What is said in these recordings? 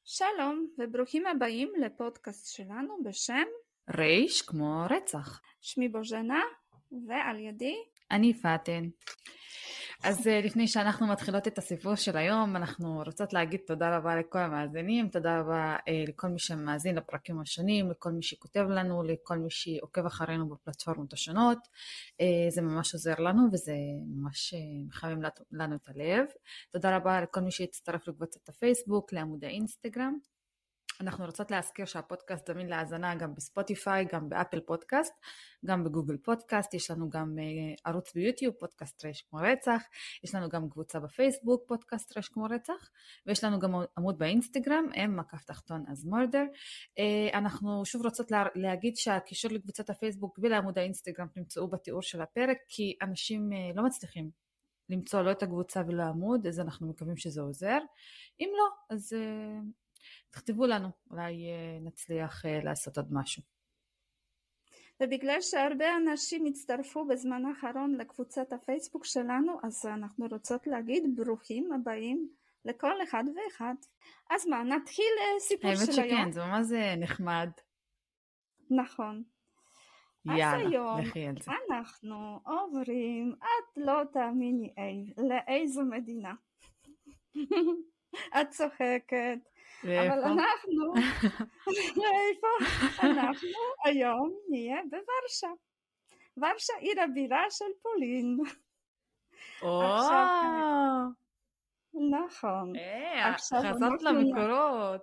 שלום וברוכים הבאים לפודקאסט שלנו בשם ריש כמו רצח. שמי בוז'נה ועל ידי אני פאטן. אז לפני שאנחנו מתחילות את הסיפור של היום, אנחנו רוצות להגיד תודה רבה לכל המאזינים, תודה רבה לכל מי שמאזין לפרקים השונים, לכל מי שכותב לנו, לכל מי שעוקב אחרינו בפלטפורמות השונות. זה ממש עוזר לנו וזה ממש מחמם לנו את הלב. תודה רבה לכל מי שהצטרף לקבוצת הפייסבוק, לעמוד האינסטגרם. אנחנו רוצות להזכיר שהפודקאסט זמין להאזנה גם בספוטיפיי, גם באפל פודקאסט, גם בגוגל פודקאסט, יש לנו גם ערוץ ביוטיוב, פודקאסט ריש כמו רצח, יש לנו גם קבוצה בפייסבוק, פודקאסט ריש כמו רצח, ויש לנו גם עמוד באינסטגרם, _אז מורדר. אנחנו שוב רוצות להגיד שהקישור לקבוצת הפייסבוק ולעמוד האינסטגרם תמצאו בתיאור של הפרק, כי אנשים לא מצליחים למצוא לא את הקבוצה ולא העמוד, אז אנחנו מקווים שזה עוזר. אם לא, אז תכתבו לנו, אולי נצליח לעשות עוד משהו. ובגלל שהרבה אנשים הצטרפו בזמן האחרון לקבוצת הפייסבוק שלנו, אז אנחנו רוצות להגיד ברוכים הבאים לכל אחד ואחד. אז מה, נתחיל סיפור של היום? האמת שכן, זה ממש נחמד. נכון. יאללה, אז היום לכי על זה. אנחנו עוברים, את לא תאמיני לאיזו מדינה. את צוחקת. אבל אנחנו היום נהיה בוורשה. ורשה עיר הבירה של פולין. נכון. חזרת למקורות.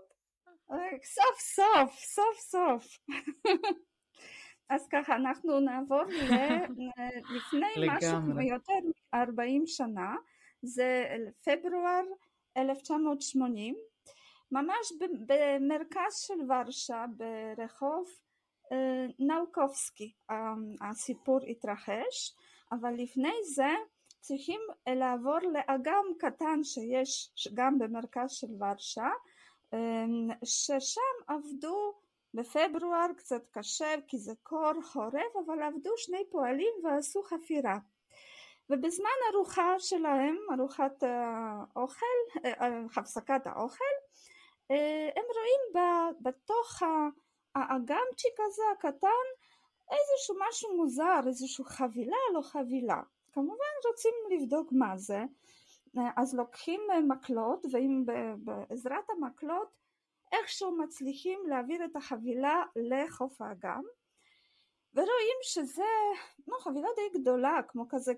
סוף. אז ככה אנחנו נעבור לפני משהו כמו יותר 40 שנה, זה פברואר 1980, ממש במרכז של ורשה, ברחוב נאוקובסקי, הסיפור התרחש, אבל לפני זה צריכים לעבור לאגם קטן שיש גם במרכז של ורשה, ששם עבדו בפברואר קצת קשה כי זה קור חורף, אבל עבדו שני פועלים ועשו חפירה. ובזמן ארוחה שלהם, ארוחת האוכל, הפסקת האוכל, הם רואים בתוך האגמצ'יק הזה הקטן איזשהו משהו מוזר, איזשהו חבילה, לא חבילה. כמובן רוצים לבדוק מה זה, אז לוקחים מקלות, ובעזרת המקלות איכשהו מצליחים להעביר את החבילה לחוף האגם, ורואים שזה חבילה די גדולה, כמו כזה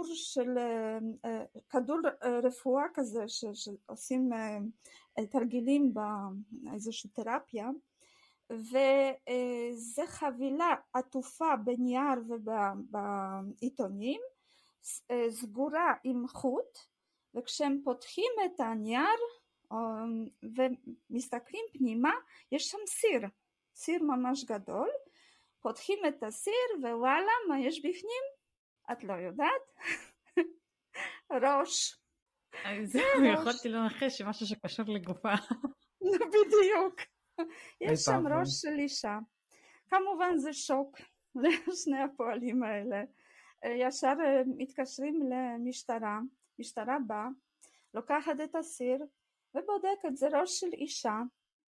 כדור רפואה כזה שעושים תרגילים באיזושהי תרפיה, וזה חבילה עטופה בנייר ובעיתונים, סגורה עם חוט, וכשהם פותחים את הנייר ומסתכלים פנימה, יש שם סיר ממש גדול, פותחים את הסיר ווואלה, מה יש בפנים? את לא יודעת? ראש. זהו, יכולתי לנחש שמשהו שקשור לגופה. בדיוק. יש שם ראש של אישה. כמובן זה שוק לשני הפועלים האלה. ישר מתקשרים למשטרה, משטרה באה, לוקחת את הסיר ובודקת, זה ראש של אישה,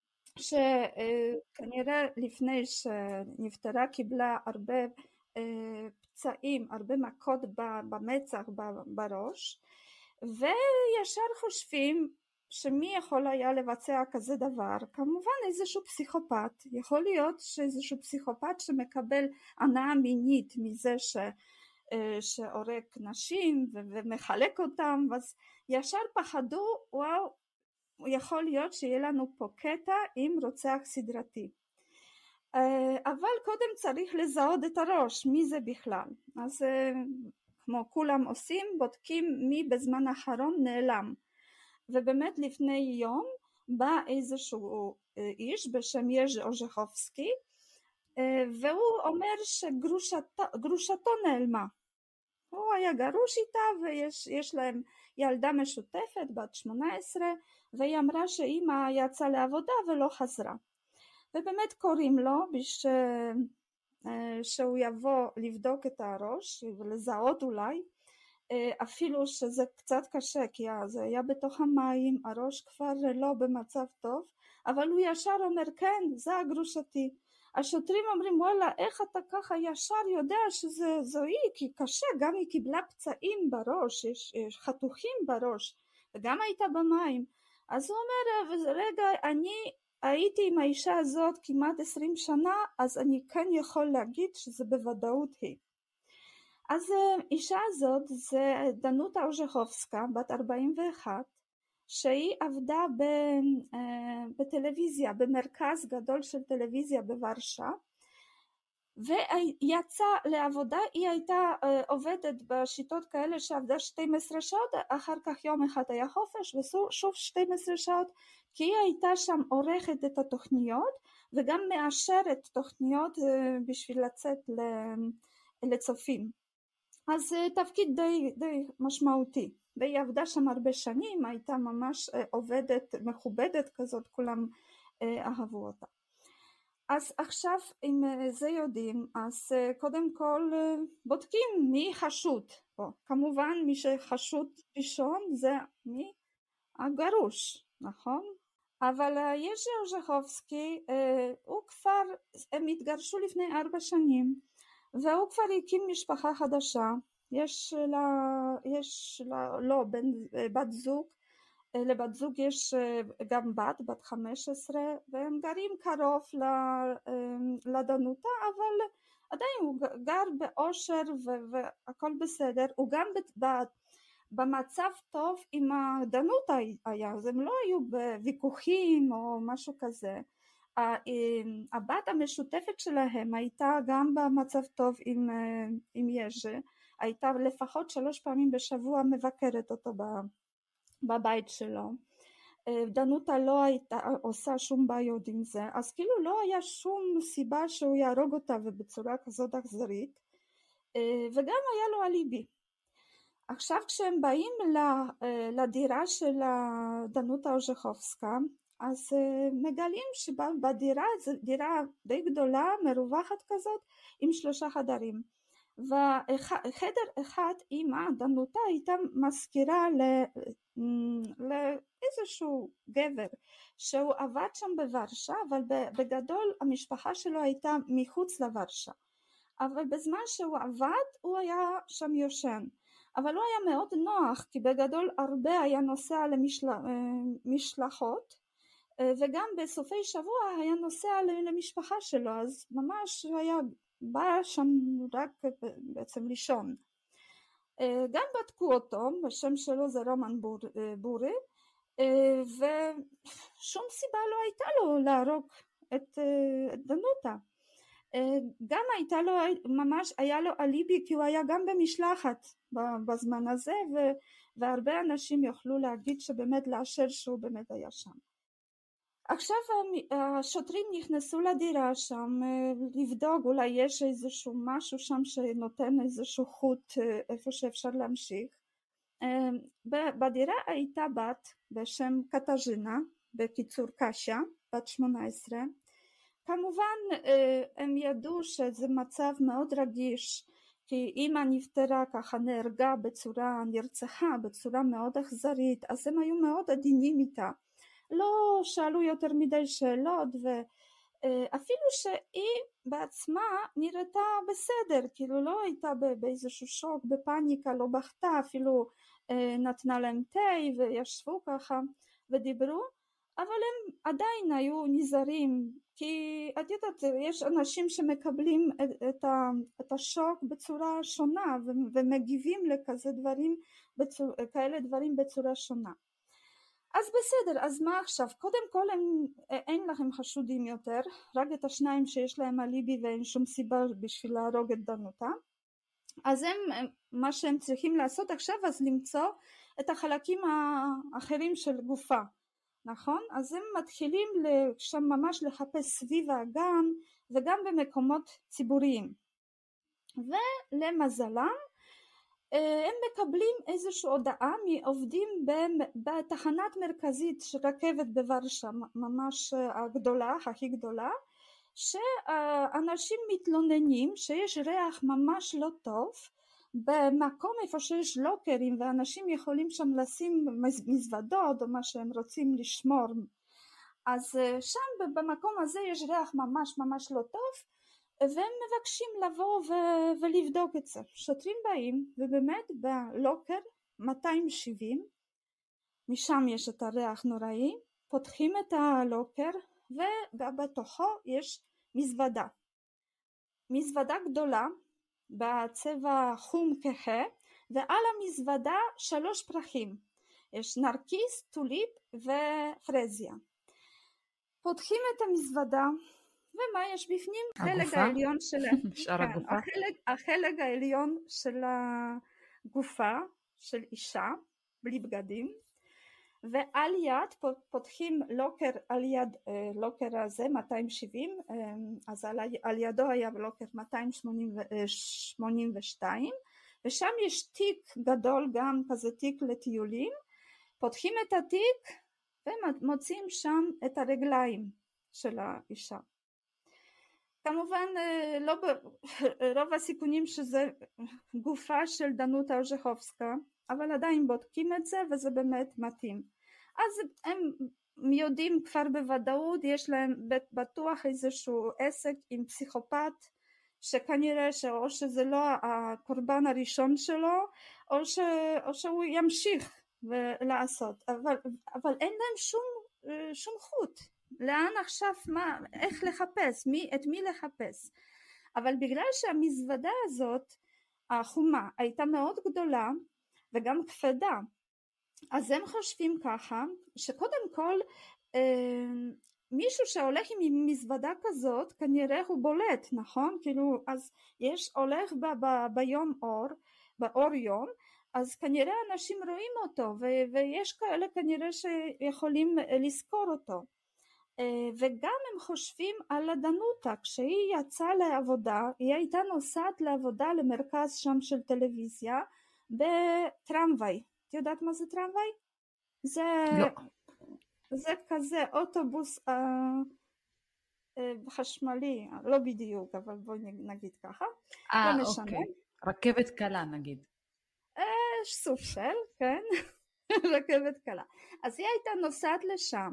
שכנראה לפני שנפטרה קיבלה הרבה פצעים, הרבה מכות במצח, בראש, וישר חושבים שמי יכול היה לבצע כזה דבר? כמובן איזשהו פסיכופת, יכול להיות שאיזשהו פסיכופת שמקבל הנאה מינית מזה שהורג נשים ומחלק אותם, אז ישר פחדו, וואו, יכול להיות שיהיה לנו פה קטע עם רוצח סדרתי. אבל קודם צריך לזהות את הראש, מי זה בכלל. אז כמו כולם עושים, בודקים מי בזמן האחרון נעלם. ובאמת לפני יום בא איזשהו איש בשם יז'י אוז'חובסקי, והוא אומר שגרושתו נעלמה. הוא היה גרוש איתה ויש להם ילדה משותפת בת 18, והיא אמרה שאמא יצאה לעבודה ולא חזרה. ובאמת קוראים לו שהוא יבוא לבדוק את הראש ולזהות אולי אפילו שזה קצת קשה, כי זה היה בתוך המים, הראש כבר לא במצב טוב, אבל הוא ישר אומר כן, זה הגרושתי. השוטרים אומרים וואלה, איך אתה ככה ישר יודע שזו היא, כי קשה, גם היא קיבלה פצעים בראש, יש חתוכים בראש, וגם הייתה במים. אז הוא אומר רגע, אני הייתי עם האישה הזאת כמעט 20 שנה, אז אני כן יכול להגיד שזה בוודאות היא. אז אישה הזאת זה דנוטה אוז'כובסקה, בת 41, שהיא עבדה בטלוויזיה, במרכז גדול של טלוויזיה בוורשה, ויצאה לעבודה. היא הייתה עובדת בשיטות כאלה שעבדה 12 שעות, אחר כך יום אחד היה חופש ושוב 12 שעות, כי היא הייתה שם עורכת את התוכניות וגם מאשרת תוכניות בשביל לצאת לצופים. אז תפקיד די משמעותי, והיא עבדה שם הרבה שנים, הייתה ממש עובדת מכובדת כזאת, כולם אהבו אותה. אז עכשיו אם זה יודעים, אז קודם כל בודקים מי חשוד פה. כמובן מי שחשוד ראשון זה מי? הגרוש, נכון? אבל יז'י אוז'כובסקי, הוא כבר, הם התגרשו לפני 4 שנים, והוא כבר הקים משפחה חדשה, יש לה בת זוג, לבת זוג יש גם בת 15, והם גרים קרוב לדנותה, אבל עדיין הוא גר באושר והכל בסדר, הוא גם במצב טוב עם הדנותה היה, אז הם לא היו בוויכוחים או משהו כזה. הבת המשותפת שלהם הייתה גם במצב טוב עם יז'י, הייתה לפחות 3 פעמים בשבוע מבקרת אותו בבית שלו. דנוטה לא הייתה עושה שום בעיות עם זה, אז כאילו לא היה שום סיבה שהוא יהרוג אותה ובצורה כזאת אכזרית, וגם היה לו אליבי. עכשיו כשהם באים לדירה של דנוטה אוז'כובסקה, אז מגלים שבדירה, זו דירה די גדולה, מרווחת כזאת, עם 3 חדרים. וחדר אחד אמא, דנוטה, הייתה מזכירה לאיזשהו גבר שהוא עבד שם בוורשה, אבל בגדול המשפחה שלו הייתה מחוץ לוורשה. אבל בזמן שהוא עבד הוא היה שם יושן. אבל הוא היה מאוד נוח, כי בגדול הרבה היה נוסע למשלחות, וגם בסופי שבוע היה נוסע למשפחה שלו, אז ממש היה בא שם רק בעצם לישון. גם בדקו אותו, בשם שלו זה רומן בורי, ושום סיבה לא הייתה לו להרוג את דנוטה. גם הייתה לו, ממש היה לו אליבי, כי הוא היה גם במשלחת בזמן הזה, והרבה אנשים יוכלו להגיד שבאמת לאשר שהוא באמת היה שם. עכשיו השוטרים נכנסו לדירה שם לבדוק, אולי יש איזשהו משהו שם שנותן איזשהו חוט איפה שאפשר להמשיך. בדירה הייתה בת בשם קטז'ינה, בקיצור קשיה, בת 18. כמובן הם ידעו שזה מצב מאוד רגיש, כי אמא נפטרה ככה, נרצחה בצורה מאוד אכזרית, אז הם היו מאוד עדינים איתה. לא שאלו יותר מדי שאלות, ואפילו שהיא בעצמה נראתה בסדר, כאילו לא הייתה באיזשהו שוק, בפניקה, לא בכתה, אפילו נתנה להם תה וישבו ככה ודיברו, אבל הם עדיין היו נזהרים, כי את יודעת, יש אנשים שמקבלים את השוק בצורה שונה ומגיבים לכזה דברים, כאלה דברים בצורה שונה. אז בסדר, אז מה עכשיו? קודם כל אין לכם חשודים יותר, רק את השניים שיש להם אליבי ואין שום סיבה בשביל להרוג את דנוטה. אז מה שהם צריכים לעשות עכשיו, אז למצוא את החלקים האחרים של גופה, נכון? אז הם מתחילים שם ממש לחפש סביב האגם וגם במקומות ציבוריים. ולמזלם, הם מקבלים איזושהי הודעה מעובדים בתחנת מרכזית של רכבת בוורשה, ממש הגדולה, הכי גדולה, שאנשים מתלוננים שיש ריח ממש לא טוב במקום איפה שיש לוקרים ואנשים יכולים שם לשים מזוודות או מה שהם רוצים לשמור, אז שם במקום הזה יש ריח ממש ממש לא טוב, והם מבקשים לבוא ולבדוק את זה. שוטרים באים ובאמת בלוקר 270, משם יש את הריח נוראי, פותחים את הלוקר ובתוכו יש מזוודה, מזוודה גדולה בצבע חום כהה, ועל המזוודה 3 פרחים, יש נרקיס, טוליפ ופרזיה. פותחים את המזוודה ומה יש בפנים? החלק העליון של החלק העליון של הגופה של אישה בלי בגדים, ועל יד פותחים לוקר, על יד לוקר הזה 270, אז על ידו היה לוקר 282, ושם יש תיק גדול, גם כזה תיק לטיולים. פותחים את התיק ומוצאים שם את הרגליים של האישה. כמובן רוב הסיכונים שזה גופה של דנוטה אוז'חובסקה, אבל עדיין בודקים את זה וזה באמת מתאים. אז הם יודעים כבר בוודאות, יש להם בטוח איזשהו עסק עם פסיכופת, שכנראה שאו שזה לא הקורבן הראשון שלו, או שהוא ימשיך לעשות, אבל אין להם שום חוט. לאן עכשיו, איך לחפש, את מי לחפש. אבל בגלל שהמזוודה הזאת, החומה, הייתה מאוד גדולה וגם כבדה, אז הם חושבים ככה, שקודם כל מישהו שהולך עם מזוודה כזאת, כנראה הוא בולט, נכון? כאילו, אז יש הולך ביום אור, באור יום, אז כנראה אנשים רואים אותו, ויש כאלה כנראה שיכולים לזכור אותו. וגם הם חושבים על הדנוטה, כשהיא יצאה לעבודה, היא הייתה נוסעת לעבודה למרכז שם של טלוויזיה, בטרמווי. את יודעת מה זה טרמווי? זה כזה אוטובוס חשמלי, לא בדיוק, אבל בואי נגיד ככה. אוקיי, רכבת קלה נגיד. סוג של, כן, רכבת קלה. אז היא הייתה נוסעת לשם,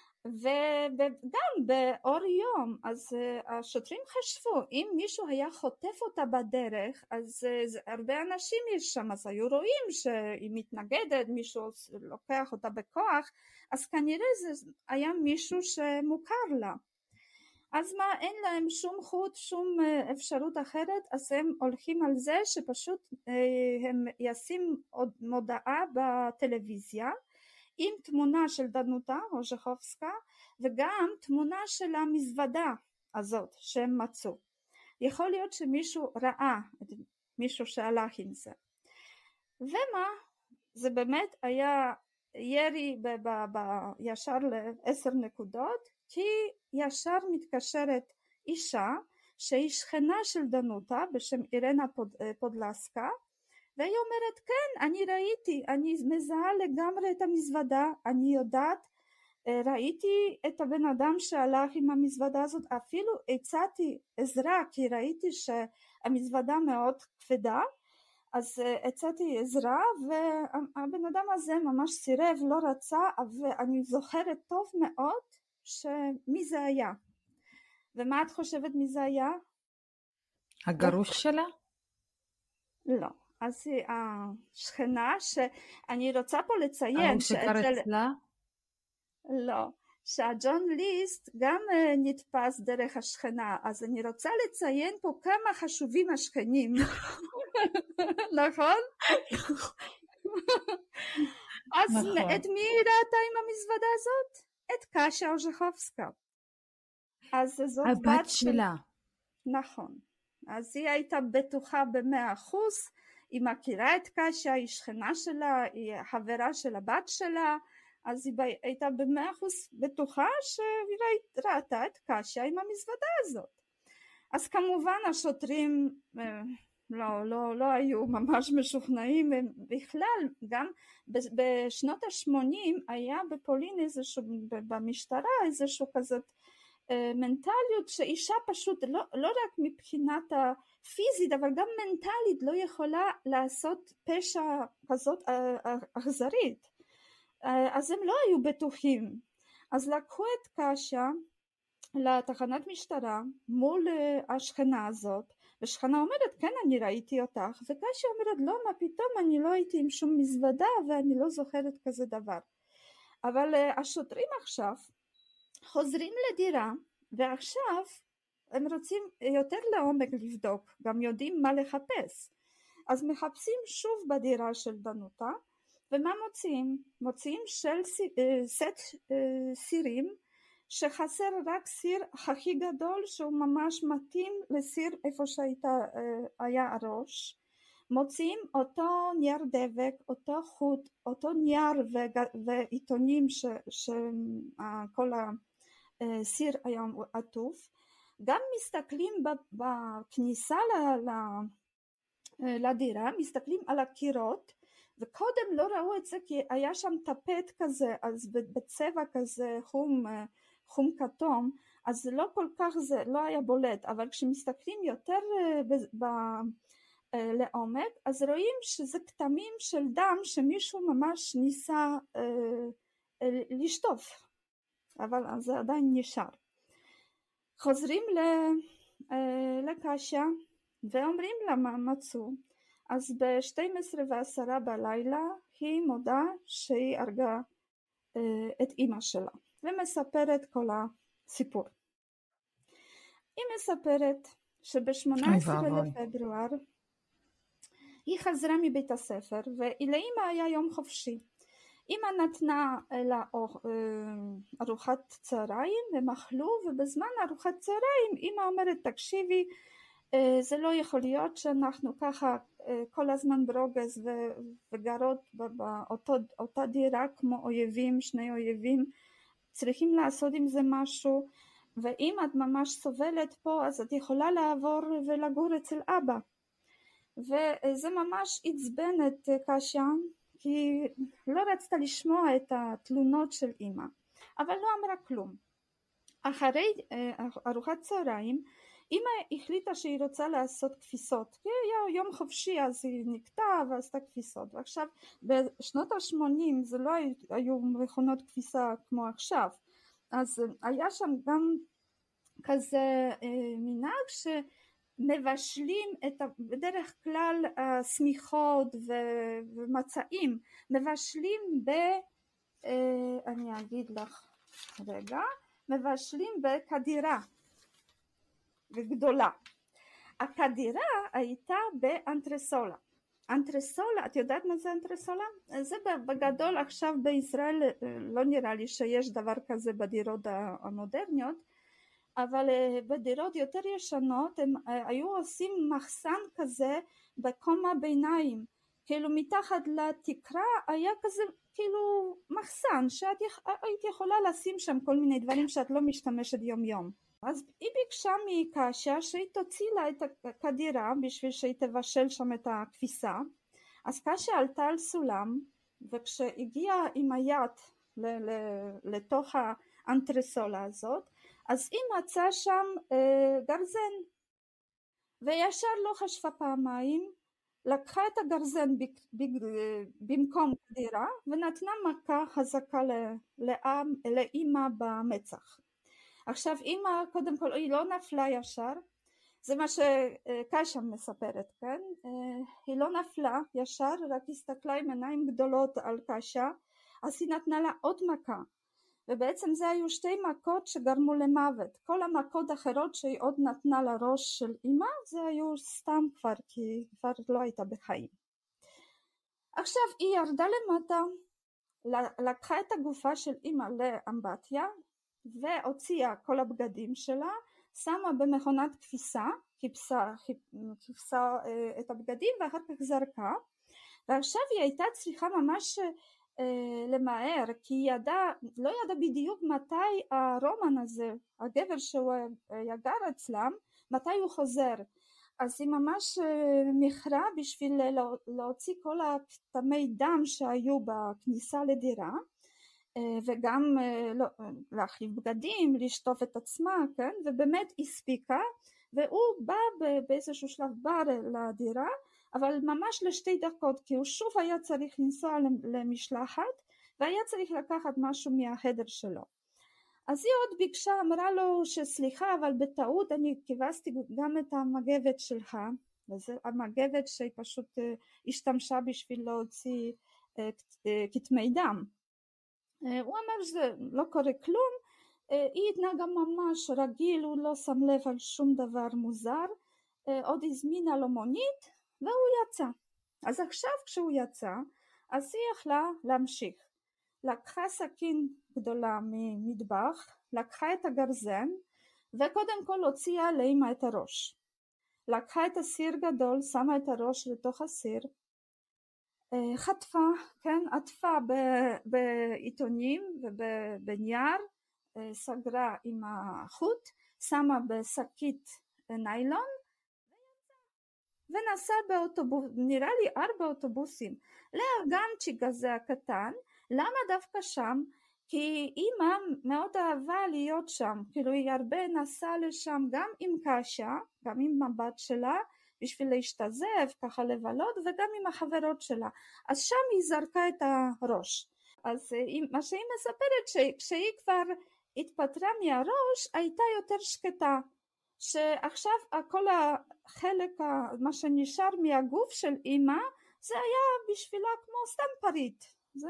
וגם באור יום, אז השוטרים חשבו, אם מישהו היה חוטף אותה בדרך, אז הרבה אנשים יש שם, אז היו רואים שהיא מתנגדת, מישהו לוקח אותה בכוח, אז כנראה זה היה מישהו שמוכר לה. אז מה, אין להם שום חוט, שום אפשרות אחרת, אז הם הולכים על זה שפשוט הם ישים מודעה בטלוויזיה, עם תמונה של דנוטה אוז'חובסקה, וגם תמונה של המזוודה הזאת שהם מצאו. יכול להיות שמישהו ראה, מישהו שהלך עם זה. ומה? זה באמת היה ירי ישר ל10 נקודות, כי ישר מתקשרת אישה שהיא שכנה של דנוטה בשם אירנה פודלסקה, והיא אומרת, כן, אני ראיתי, אני מזהה לגמרי את המזוודה, אני יודעת, ראיתי את הבן אדם שהלך עם המזוודה הזאת, אפילו הצעתי עזרה, כי ראיתי שהמזוודה מאוד כבדה, אז הצעתי עזרה, והבן אדם הזה ממש סירב, לא רצה, ואני זוכרת טוב מאוד שמי זה היה. ומה את חושבת מי זה היה? הגרוש שלה? לא. אז היא השכנה שאני רוצה פה לציין הוא שקר אצלה? לא, שהג'ון ליסט גם נתפס דרך השכנה, אז אני רוצה לציין פה כמה חשובים השכנים. נכון? אז את מי ראתה עם המזוודה הזאת? את קשה אוז'חובסקה. אז זאת הבת שלה. נכון. אז היא הייתה בטוחה ב100%, היא מכירה את קשה, היא שכנה שלה, היא חברה של הבת שלה, אז היא הייתה ב100% בטוחה שהיא ראתה את קשה עם המזוודה הזאת. אז כמובן השוטרים לא היו ממש משוכנעים, בכלל גם בשנות ה-80 היה בפולין איזשהו, במשטרה איזשהו כזאת מנטליות שאישה פשוט לא רק מבחינת הפיזית אבל גם מנטלית לא יכולה לעשות פשע כזאת אכזרית, אז הם לא היו בטוחים. אז לקחו את קשה לתחנת משטרה מול השכנה הזאת, ושכנה אומרת כן אני ראיתי אותך, וקשה אומרת לא מה פתאום אני לא הייתי עם שום מזוודה ואני לא זוכרת כזה דבר. אבל השוטרים עכשיו חוזרים לדירה ועכשיו הם רוצים יותר לעומק לבדוק, גם יודעים מה לחפש, אז מחפשים שוב בדירה של דנותה ומה מוצאים? מוצאים סט סירים שחסר רק סיר הכי גדול שהוא ממש מתאים לסיר איפה שהיה הראש, מוצאים אותו נייר דבק, אותו חוט, אותו נייר ועיתונים שכל הסיר היה עטוף, גם מסתכלים בכניסה לדירה, מסתכלים על הקירות, וקודם לא ראו את זה כי היה שם טפט כזה, אז בצבע כזה חום כתום, אז לא כל כך זה לא היה בולט, אבל כשמסתכלים יותר לעומק, אז רואים שזה כתמים של דם שמישהו ממש ניסה לשטוף, אבל זה עדיין נשאר. חוזרים לקשה ואומרים לה מה מצאו, אז ב-12:10 בלילה היא מודה שהיא הרגה את אמא שלה ומספרת כל הסיפור. היא מספרת שב-18 לפברואר היא חזרה מבית הספר ולאמא היה יום חופשי. אמא נתנה לה ארוחת צהריים והם אכלו, ובזמן ארוחת צהריים אמא אומרת תקשיבי, זה לא יכול להיות שאנחנו ככה כל הזמן ברוגז וגרות באותה דירה כמו אויבים, שני אויבים, צריכים לעשות עם זה משהו, ואם את ממש סובלת פה אז את יכולה לעבור ולגור אצל אבא. וזה ממש עצבן את קשה, כי לא רצתה לשמוע את התלונות של אמא, אבל לא אמרה כלום. אחרי ארוחת צהריים אמא החליטה שהיא רוצה לעשות כביסות, כי היה יום חופשי אז היא נקטה ועשתה כביסות, ועכשיו בשנות ה-80 זה לא היו מכונות כביסה כמו עכשיו, אז היה שם גם כזה מנהג שמבשלים בדרך כלל סמיכות ומצעים, מבשלים אני אגיד לך רגע, מבשלים בקדירה גדולה. הקדירה הייתה באנטרסולה. אנטרסולה, את יודעת מה זה אנטרסולה? זה בגדול עכשיו בישראל לא נראה לי שיש דבר כזה בדירות המודרניות, אבל בדירות יותר ישנות הם היו עושים מחסן כזה בקומה ביניים, כאילו מתחת לתקרה היה כזה כאילו מחסן שאת היית יכולה לשים שם כל מיני דברים שאת לא משתמשת יום יום. אז היא ביקשה מקשה שהיא תוציא לה את הקדירה בשביל שהיא תבשל שם את הכביסה, אז קשה עלתה על סולם, וכשהגיעה עם היד לתוך האנטרסולה הזאת, אז היא מצאה שם גרזן, וישר לא חשבה פעמיים, לקחה את הגרזן במקום קדירה, ונתנה מכה חזקה לאמא במצח. עכשיו אמא קודם כל היא לא נפלה ישר, זה מה שקשה מספרת, כן? היא לא נפלה ישר, רק הסתכלה עם עיניים גדולות על קשה, אז היא נתנה לה עוד מכה, ובעצם זה היו שתי מכות שגרמו למוות. כל המכות האחרות שהיא עוד נתנה לראש של אמא זה היו סתם כבר, כי כבר לא הייתה בחיים. עכשיו היא ירדה למטה, לקחה את הגופה של אמא לאמבטיה והוציאה כל הבגדים שלה, שמה במכונת כביסה, כיבסה את הבגדים ואחר כך זרקה, ועכשיו היא הייתה צריכה ממש למהר, כי היא לא ידעה בדיוק מתי הרומן הזה, הגבר שהוא יגר אצלם, מתי הוא חוזר, אז היא ממש מכרה בשביל להוציא כל הכתמי דם שהיו בכניסה לדירה, וגם להחליף בגדים, לשטוף את עצמה, כן? ובאמת הספיקה, והוא בא באיזשהו שלב בא לדירה, אבל ממש לשתי דקות, כי הוא שוב היה צריך לנסוע למשלחת, והיה צריך לקחת משהו מהחדר שלו. אז היא עוד ביקשה, אמרה לו שסליחה, אבל בטעות אני כיווסתי גם את המגבת שלך, וזה המגבת שהיא פשוט השתמשה בשביל להוציא כתמי דם. הוא אמר שזה לא קורה כלום, היא התנהגה ממש רגיל, הוא לא שם לב על שום דבר מוזר, עוד הזמינה לו מונית והוא יצא. אז עכשיו כשהוא יצא, אז היא יכלה להמשיך. לקחה סכין גדולה ממטבח, לקחה את הגרזן וקודם כל הוציאה לאמא את הראש. לקחה את הסיר גדול, שמה את הראש לתוך הסיר, חטפה, כן, עטפה בעיתונים ובנייר, סגרה עם החוט, שמה בשקית ניילון ונסע באוטובוס, נראה לי 4 אוטובוסים, לארגנצ'יק הזה הקטן. למה דווקא שם? כי אמא מאוד אהבה להיות שם, כאילו היא הרבה נסעה לשם גם עם קשה, גם עם הבת שלה, בשביל להשתזף, ככה לבלות, וגם עם החברות שלה. אז שם היא זרקה את הראש. אז מה שהיא מספרת, כשהיא כבר התפטרה מהראש, הייתה יותר שקטה. שעכשיו כל החלק, מה שנשאר מהגוף של אמא, זה היה בשבילה כמו סתם פריט.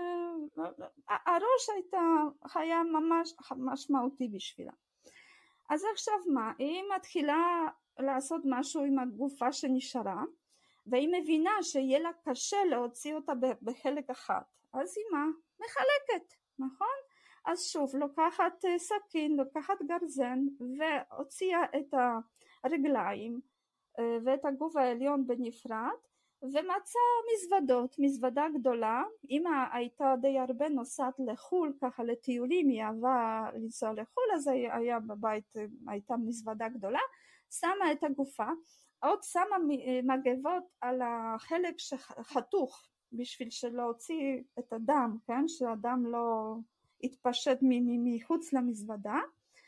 הראש היה ממש משמעותי בשבילה. אז עכשיו מה? היא מתחילה לעשות משהו עם הגופה שנשארה, והיא מבינה שיהיה לה קשה להוציא אותה בחלק אחד, אז היא מה? מחלקת, נכון? אז שוב לוקחת סכין, לוקחת גרזן והוציאה את הרגליים ואת הגוף העליון בנפרד, ומצא מזוודות, מזוודה גדולה. אמא הייתה די הרבה נוסעת לחול, ככה לטיולים, היא אהבה לנסוע לחול, אז היה בבית, הייתה מזוודה גדולה, שמה את הגופה, עוד שמה מגבות על החלק שחתוך, בשביל שלהוציא את הדם, כן? שהדם לא התפשט מחוץ למזוודה,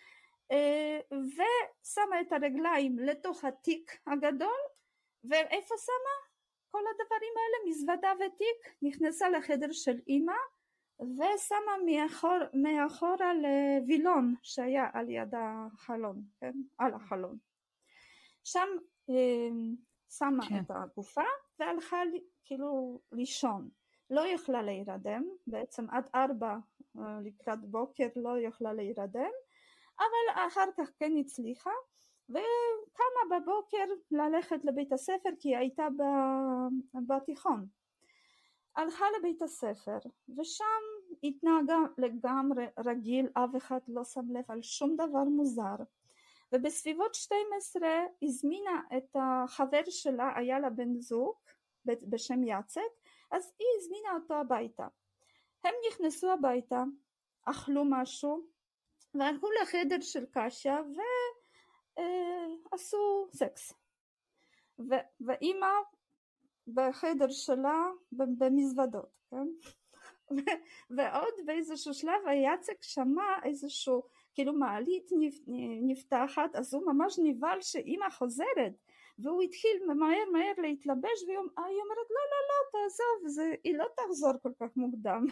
ושמה את הרגליים לתוך התיק הגדול, ואיפה שמה? כל הדברים האלה, מזוודה ותיק, נכנסה לחדר של אמא, ושמה מאחורה לווילון שהיה על יד החלון, כן? על החלון. שם שמה את הגופה, והלכה כאילו לישון. לא יכלה להירדם, בעצם עד 4 לקראת בוקר לא יכלה להירדם, אבל אחר כך כן הצליחה, וקמה בבוקר ללכת לבית הספר, כי היא הייתה בתיכון. הלכה לבית הספר, ושם התנהגה לגמרי רגיל, אף אחד לא שם לב על שום דבר מוזר. ובסביבות 12 הזמינה את החבר שלה, היה לה בן זוג בשם יצק, אז היא הזמינה אותו הביתה. הם נכנסו הביתה, אכלו משהו, והלכו לחדר של קשה ועשו סקס. ואימא בחדר שלה במזוודות, כן? ועוד באיזשהו שלב היצק שמע איזשהו כאילו מעלית נפתחת, אז הוא ממש נבהל שאימא חוזרת, והוא התחיל מהר להתלבש, והיא אומרת לא תעזוב, היא לא תחזור כל כך מוקדם.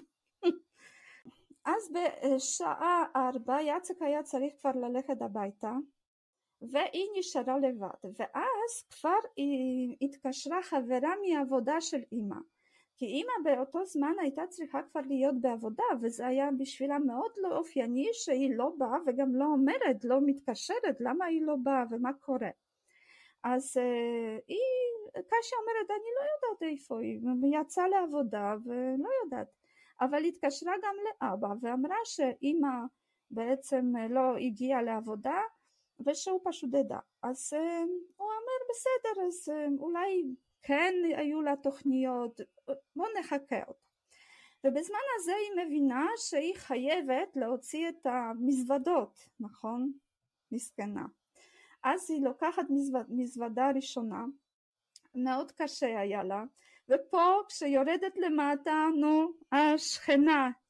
אז בשעה 4 יצק היה צריך כבר ללכת הביתה, והיא נשארה לבד, ואז כבר היא התקשרה חברה מהעבודה של אמא, כי אמא באותו זמן הייתה צריכה כבר להיות בעבודה, וזה היה בשבילה מאוד לא אופייני שהיא לא באה, וגם לא אומרת, לא מתקשרת, למה היא לא באה ומה קורה. אז קשה אומרת, אני לא יודעת איפה היא, יצאה לעבודה ולא יודעת, אבל התקשרה גם לאבא ואמרה שאמא בעצם לא הגיעה לעבודה, ושהוא פשוט ידע. אז הוא אומר בסדר, אז אולי כן היו לה תוכניות, בוא נחכה אותה. ובזמן הזה היא מבינה שהיא חייבת להוציא את המזוודות, נכון? מסכנה. אז היא לוקחת מזוודה ראשונה, מאוד קשה היה לה, ופה כשיורדת למטה, השכנה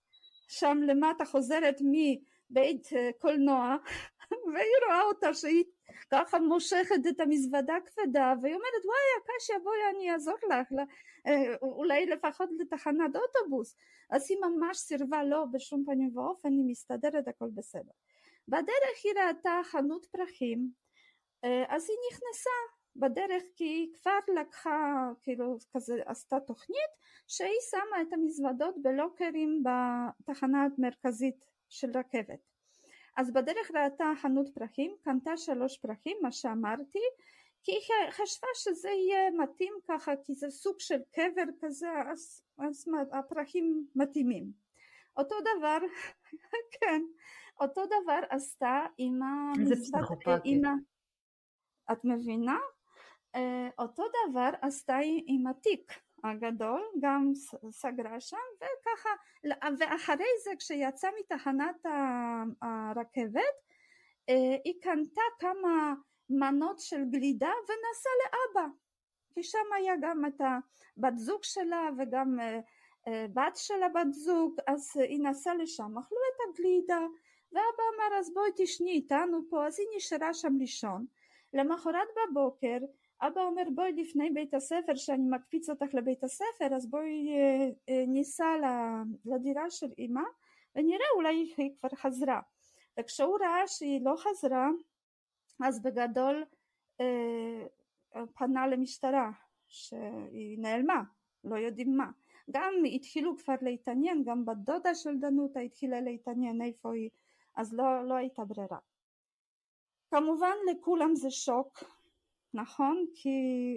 שם למטה חוזרת מבית קולנוע, והיא רואה אותה שהיא ככה מושכת את המזוודה כבדה, והיא אומרת וואי הקשיא בואי אני אעזור לך, אולי לפחות לתחנת אוטובוס. אז היא ממש סירבה, לא בשום פנים ואופן, היא מסתדרת, הכל בסדר. בדרך היא ראתה חנות פרחים, אז היא נכנסה בדרך, כי היא כבר לקחה, כאילו כזה עשתה תוכנית שהיא שמה את המזוודות בלוקרים בתחנת מרכזית של רכבת. אז בדרך ראתה חנות פרחים, קנתה 3 פרחים, מה שאמרתי, כי היא חשבה שזה יהיה מתאים ככה, כי זה סוג של קבר כזה, אז הפרחים מתאימים. אותו דבר, כן, אותו דבר עשתה עם המזוודה, את מבינה? אותו דבר עשתה עם התיק הגדול, גם סגרה שם, וככה, ואחרי זה כשיצאה מתחנת הרכבת, היא קנתה כמה מנות של גלידה ונסעה לאבא, כי שם היה גם את הבת זוג שלה וגם בת של הבת זוג, אז היא נסעה לשם, אכלו את הגלידה, ואבא אמר אז בואי תשני איתנו פה, אז היא נשארה שם לישון. למחרת בבוקר אבא אומר בואי לפני בית הספר שאני מקפיץ אותך לבית הספר, אז בואי ניסע לדירה של אמא ונראה אולי היא כבר חזרה. וכשהוא ראה שהיא לא חזרה, אז בגדול פנה למשטרה שהיא נעלמה, לא יודעים מה. גם התחילו כבר להתעניין, גם בת דודה של דנותה התחילה להתעניין איפה היא, אז לא הייתה ברירה. כמובן לכולם זה שוק, נכון? כי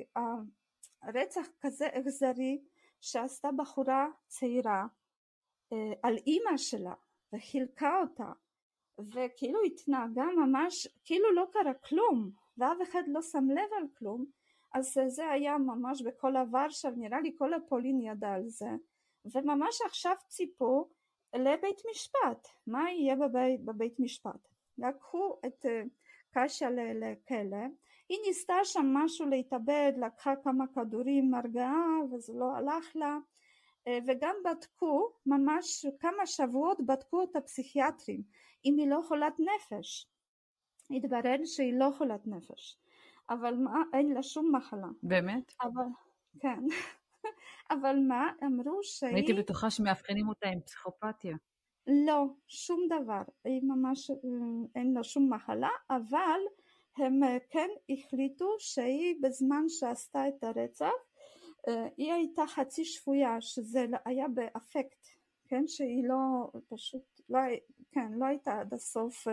הרצח כזה אכזרי שעשתה בחורה צעירה על אימא שלה וחילקה אותה, וכאילו התנהגה ממש כאילו לא קרה כלום, ואף אחד לא שם לב על כלום, אז זה היה ממש בכל הוורשה, נראה לי כל הפולין ידע על זה, וממש עכשיו ציפו לבית משפט, מה יהיה בבית משפט. לקחו את קשיא לכלא, היא ניסתה שם משהו להתאבד, לקחה כמה כדורים הרגעה וזה לא הלך לה, וגם בדקו, ממש כמה שבועות בדקו את הפסיכיאטרים, אם היא לא חולת נפש. התברר שהיא לא חולת נפש, אבל מה, אין לה שום מחלה. באמת? אבל, כן. אבל מה, אמרו שהיא... הייתי בטוחה שמאבחנים אותה עם פסיכופתיה. לא, שום דבר, היא ממש אין לה שום מחלה, אבל הם כן החליטו שהיא בזמן שעשתה את הרצח, היא הייתה חצי שפויה, שזה היה באפקט, כן, שהיא לא, פשוט, לא, כן, לא הייתה עד הסוף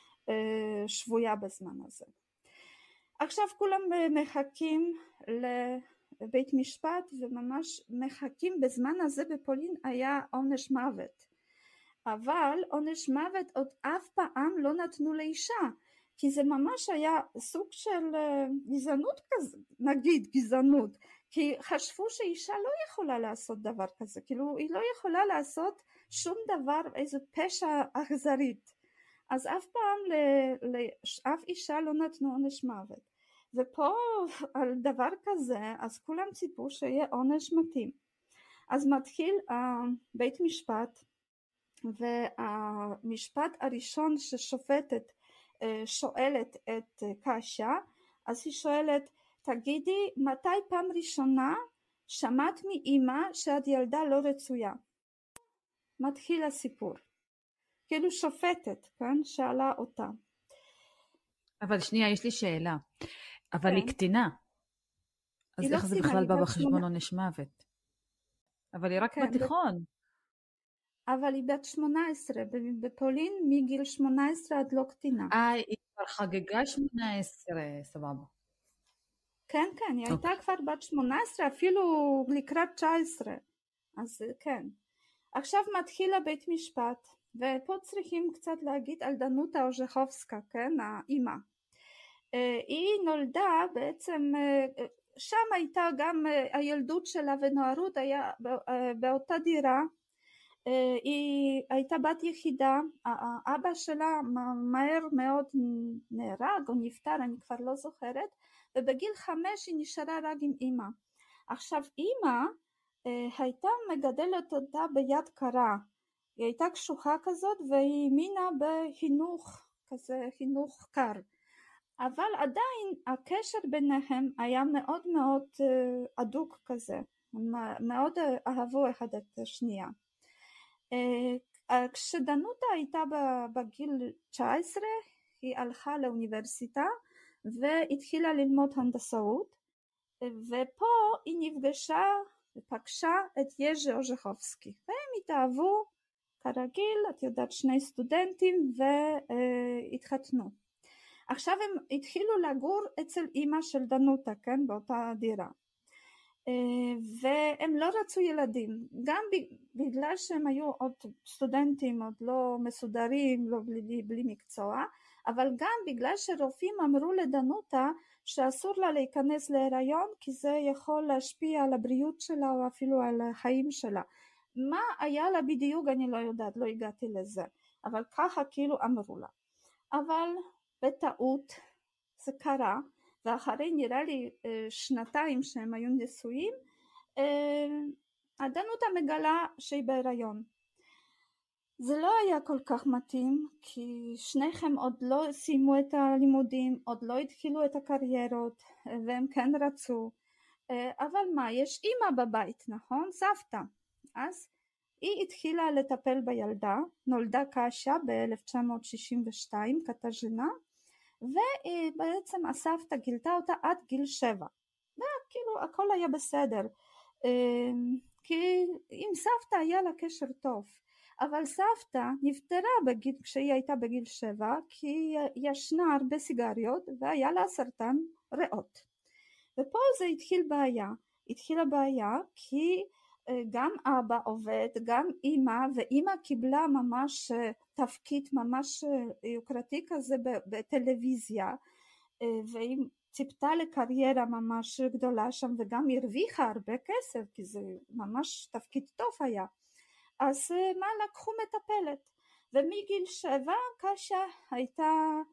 שבויה בזמן הזה. עכשיו כולם מחכים לבית משפט, וממש מחכים, בזמן הזה בפולין היה עונש מוות, אבל עונש מוות עוד אף פעם לא נתנו לאישה, כי זה ממש היה סוג של גזענות כזה, נגיד גזענות, כי חשבו שאישה לא יכולה לעשות דבר כזה, כאילו היא לא יכולה לעשות שום דבר, איזה פשע אכזרית, אז אף פעם לאף אישה לא נתנו עונש מוות, ופה על דבר כזה אז כולם ציפו שיהיה עונש מתאים. אז מתחיל בית משפט, והמשפט הראשון ששופטת שואלת את קשיא, אז היא שואלת, תגידי מתי פעם ראשונה שמעת מאמא שאת ילדה לא רצויה? מתחיל הסיפור, כאילו שופטת, כן, שאלה אותה. אבל שנייה, יש לי שאלה, אבל כן. היא קטינה, אז איך לא זה קטינה, בכלל היא בא בת בחשבון 8. עונש מוות? אבל היא רק כן, בתיכון. אבל היא בת 18, בפולין מגיל 18 עד לא קטינה. היא כבר חגגה 18, סבבה. כן, כן, היא הייתה כבר בת 18, אפילו לקראת 19, אז כן. עכשיו מתחיל הבית משפט, ופה צריכים קצת להגיד על דנוטה אוז'חובסקה, כן, האמא. היא נולדה בעצם, שם הייתה גם הילדות שלה ונערות, היה באותה דירה, היא הייתה בת יחידה, האבא שלה מהר מאוד נהרג או נפטר, אני כבר לא זוכרת, ובגיל 5 היא נשארה רק עם אמא. עכשיו אמא הייתה מגדלת אותה ביד קרה, היא הייתה קשוחה כזאת והיא האמינה בחינוך כזה, חינוך קר, אבל עדיין הקשר ביניהם היה מאוד מאוד הדוק כזה, מאוד אהבו אחד את השנייה. כשדנותה הייתה בגיל 19 היא הלכה לאוניברסיטה והתחילה ללמוד הנדסאות, ופה היא נפגשה ופגשה את יז'י אוז'חובסקי והם התאהבו כרגיל, את יודעת, שני סטודנטים והתחתנו. עכשיו הם התחילו לגור אצל אמא של דנותה, כן, באותה דירה, והם לא רצו ילדים, גם בגלל שהם היו עוד סטודנטים, עוד לא מסודרים, לא בלי מקצוע, אבל גם בגלל שרופאים אמרו לדנותה שאסור לה להיכנס להיריון, כי זה יכול להשפיע על הבריאות שלה או אפילו על החיים שלה. מה היה לה בדיוק אני לא יודעת, לא הגעתי לזה, אבל ככה כאילו אמרו לה. אבל בטעות זה קרה, ואחרי נראה לי שנתיים שהם היו נשואים, דנותה מגלה שהיא בהיריון. זה לא היה כל כך מתאים, כי שניכם עוד לא סיימו את הלימודים, עוד לא התחילו את הקריירות, והם כן רצו, אבל מה, יש אמא בבית, נכון? סבתא. אז היא התחילה לטפל בילדה, נולדה קאשה ב-1962, קטז'ינה, ובעצם הסבתא גילתה אותה עד גיל 7, וכאילו הכל היה בסדר, כי עם סבתא היה לה קשר טוב, אבל סבתא נפטרה כשהיא הייתה בגיל 7, כי היא ישנה הרבה סיגריות והיה לה סרטן ריאות, ופה זה התחילה בעיה, כי גם אבא עובד, גם אמא, ואמא קיבלה ממש תפקיד ממש יוקרתי כזה בטלוויזיה, והיא ציפתה לקריירה ממש גדולה שם, וגם הרוויחה הרבה כסף, כי זה ממש תפקיד טוב היה. אז מה, לקחו מטפלת, ומגיל 7 קאשה הייתה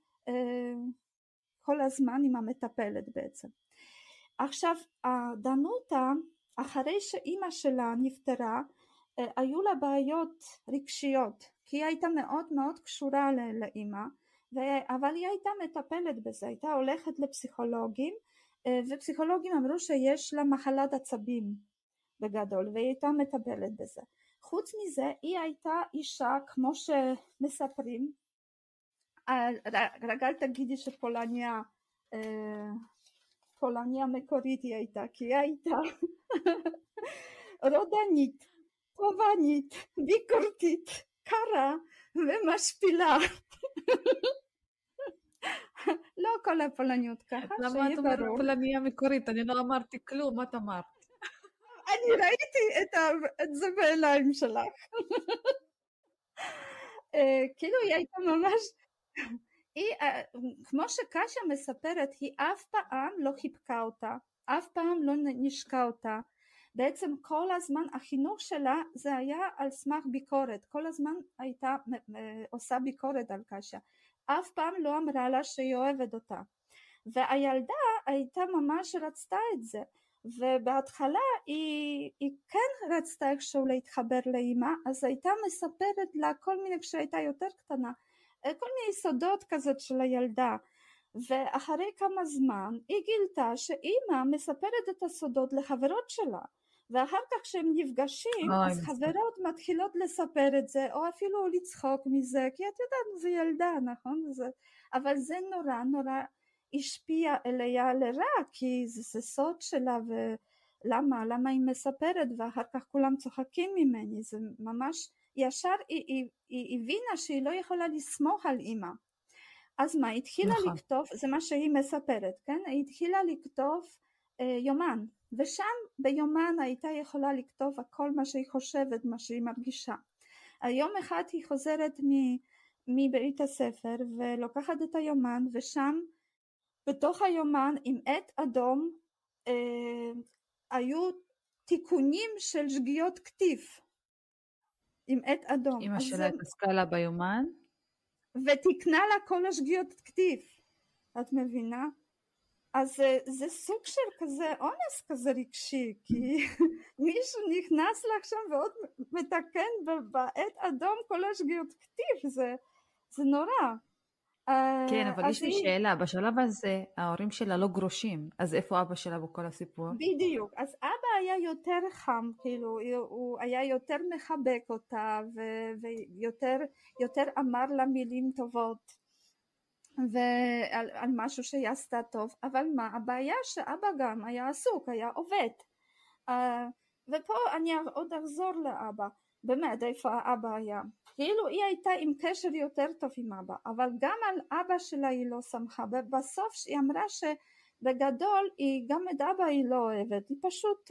כל הזמן עם המטפלת בעצם. עכשיו דנותה, אחרי שאימא שלה נפטרה, היו לה בעיות רגשיות, כי היא הייתה מאוד מאוד קשורה לאימא, אבל היא הייתה מטפלת בזה, הייתה הולכת לפסיכולוגים, ופסיכולוגים אמרו שיש לה מחלת עצבים בגדול, והיא הייתה מטפלת בזה. חוץ מזה, היא הייתה אישה, כמו שמספרים, רק אל תגידי שפולניה, פולניה מקורית היא הייתה, כי היא הייתה רודנית, תובענית, ביקורתית, קרה ומשפילה. לא כל הפולניות ככה. למה את אומרת פולניה מקורית? אני לא אמרתי כלום, מה את אמרת? אני ראיתי את זה בעיניים שלך. כאילו היא הייתה ממש, כמו שקאשה מספרת, היא אף פעם לא חיבקה אותה, אף פעם לא נשקה אותה, בעצם כל הזמן החינוך שלה זה היה על סמך ביקורת, כל הזמן הייתה עושה ביקורת על קאשה, אף פעם לא אמרה לה שהיא אוהבת אותה, והילדה הייתה ממש רצתה את זה, ובהתחלה היא כן רצתה איכשהו להתחבר לאמא, אז הייתה מספרת לה כל מיני, כשהייתה יותר קטנה, כל מיני סודות כזאת של הילדה, ואחרי כמה זמן היא גילתה שאמא מספרת את הסודות לחברות שלה, ואחר כך כשהם נפגשים אז חברות מתחילות לספר את זה או אפילו לצחוק מזה, כי את יודעת זה ילדה, נכון? אבל זה נורא השפיע אליה לרע, כי זה סוד שלה, ולמה היא מספרת ואחר כך כולם צוחקים ממני, זה ממש ישר היא הבינה שהיא לא יכולה לסמוך על אמא. אז מה, היא התחילה לכתוב, זה מה שהיא מספרת, כן? היא התחילה לכתוב יומן, ושם ביומן הייתה יכולה לכתוב הכל מה שהיא חושבת, מה שהיא מרגישה. היום אחד היא חוזרת מבית הספר ולוקחת את היומן, ושם בתוך היומן עם עט אדום היו תיקונים של שגיאות כתיב עם עט אדום. אמא שלה התעסקה לה ביומן? ותקנה לה כל השגיאות כתיב, את מבינה? אז זה סוג של כזה אונס כזה רגשי, כי מישהו נכנס לך שם ועוד מתקן בעט אדום כל השגיאות כתיב, זה נורא. כן, אבל אז יש לי היא, שאלה, בשלב הזה ההורים שלה לא גרושים, אז איפה אבא שלה בכל הסיפור? בדיוק, אז אבא היה יותר חם, כאילו הוא היה יותר מחבק אותה ויותר אמר לה מילים טובות ועל משהו שהיא עשתה טוב, אבל מה הבעיה שאבא גם היה עסוק, היה עובד, ופה אני עוד אחזור לאבא, באמת איפה האבא היה, כאילו היא הייתה עם קשר יותר טוב עם אבא, אבל גם על אבא שלה היא לא שמחה, ובסוף היא אמרה שבגדול היא גם את אבא היא לא אוהבת, היא פשוט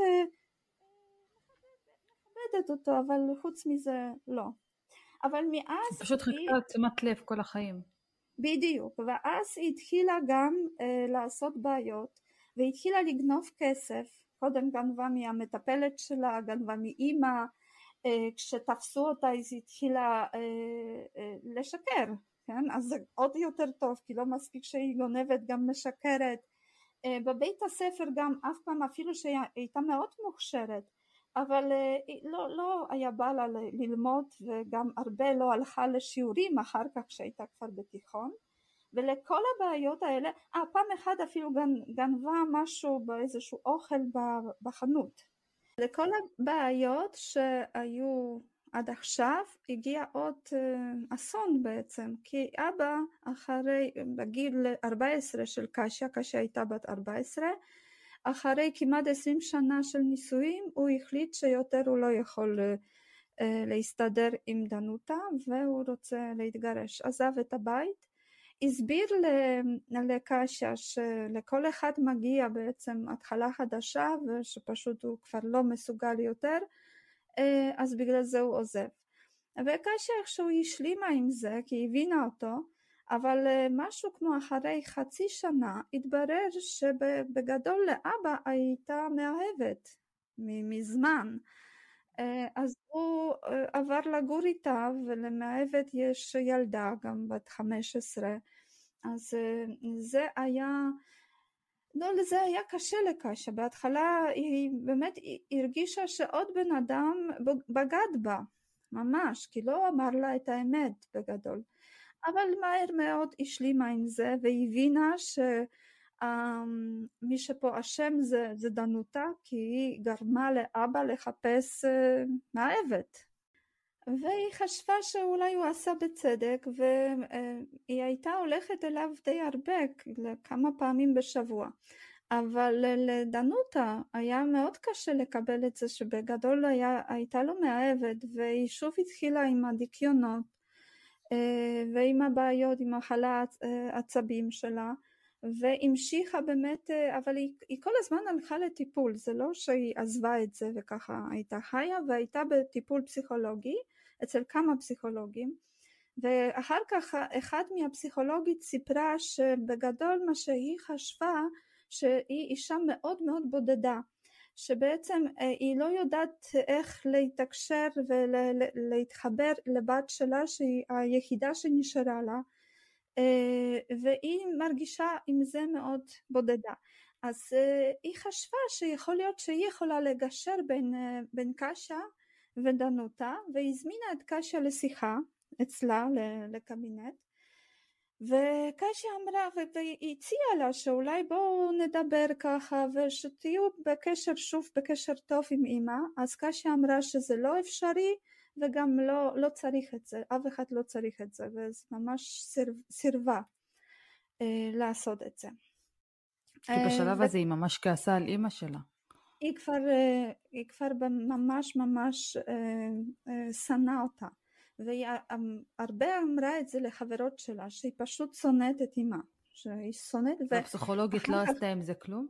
מכבדת אותו, אבל חוץ מזה לא. אבל היא מאז פשוט חיכתה היא, לתשומת לב כל החיים. בדיוק, ואז היא התחילה גם לעשות בעיות, והיא התחילה לגנוב כסף, קודם גנבה מהמטפלת שלה, גנבה מאמא, כשתפסו אותה אז היא התחילה לשקר, כן? אז זה עוד יותר טוב, כי לא מספיק שהיא גונבת גם משקרת. בבית הספר גם אף פעם, אפילו שהיא הייתה מאוד מוכשרת, אבל לא היה בא לה ללמוד, וגם הרבה לא הלכה לשיעורים אחר כך שהייתה כבר בתיכון, ולכל הבעיות האלה, פעם אחת אפילו גנבה משהו באיזשהו אוכל בחנות. לכל הבעיות שהיו עד עכשיו הגיע עוד אסון בעצם, כי אבא אחרי, בגיל 14 של קשיה הייתה בת 14, אחרי כמעט 20 שנה של נישואים הוא החליט שיותר הוא לא יכול להסתדר עם דנותה והוא רוצה להתגרש, עזב את הבית, הסביר לקשיה שלכל אחד מגיע בעצם התחלה חדשה ושפשוט הוא כבר לא מסוגל יותר, אז בגלל זה הוא עוזב. וקשיה איכשהו השלימה עם זה כי הבינה אותו, אבל משהו כמו אחרי חצי שנה התברר שבגדול לאבא הייתה מאהבת מזמן, אז הוא עבר לגור איתה ולמאהבת יש ילדה גם בת 15, אז זה היה, לא, זה היה קשה לקשיה, בהתחלה היא באמת הרגישה שעוד בן אדם בגד בה ממש, כי לא אמר לה את האמת בגדול, אבל מהר מאוד השלימה עם זה והבינה שמי שפה אשם זה דנותה, כי היא גרמה לאבא לחפש מאהבת, והיא חשבה שאולי הוא עשה בצדק, והיא הייתה הולכת אליו די הרבה, כמה פעמים בשבוע, אבל לדנותה היה מאוד קשה לקבל את זה שבגדול הייתה לו מאהבת, והיא שוב התחילה עם הדיכאונות ועם הבעיות, עם מחלת עצבים שלה, והמשיכה באמת, אבל היא כל הזמן הלכה לטיפול, זה לא שהיא עזבה את זה וככה הייתה חיה, והייתה בטיפול פסיכולוגי אצל כמה פסיכולוגים, ואחר כך אחד מהפסיכולוגית סיפרה שבגדול מה שהיא חשבה שהיא אישה מאוד מאוד בודדה, שבעצם היא לא יודעת איך להתקשר ולהתחבר לבת שלה שהיא היחידה שנשארה לה, והיא מרגישה עם זה מאוד בודדה, אז היא חשבה שיכול להיות שהיא יכולה לגשר בין קשיה ודנותה, והזמינה את קשיה לשיחה אצלה לקבינט, וקשיה אמרה והיא הציעה לה שאולי בואו נדבר ככה ושתהיו בקשר, שוב בקשר טוב עם אמא, אז קשיה אמרה שזה לא אפשרי וגם לא צריך את זה, אף אחד לא צריך את זה, וזה ממש סירבה לעשות את זה. כי בשלב הזה היא ממש כעסה על אמא שלה. היא כבר ממש שנאה אותה, והיא הרבה אמרה את זה לחברות שלה שהיא פשוט שונאת את אמא, שהיא שונאת, והפסיכולוגית לא עשתה עם זה כלום?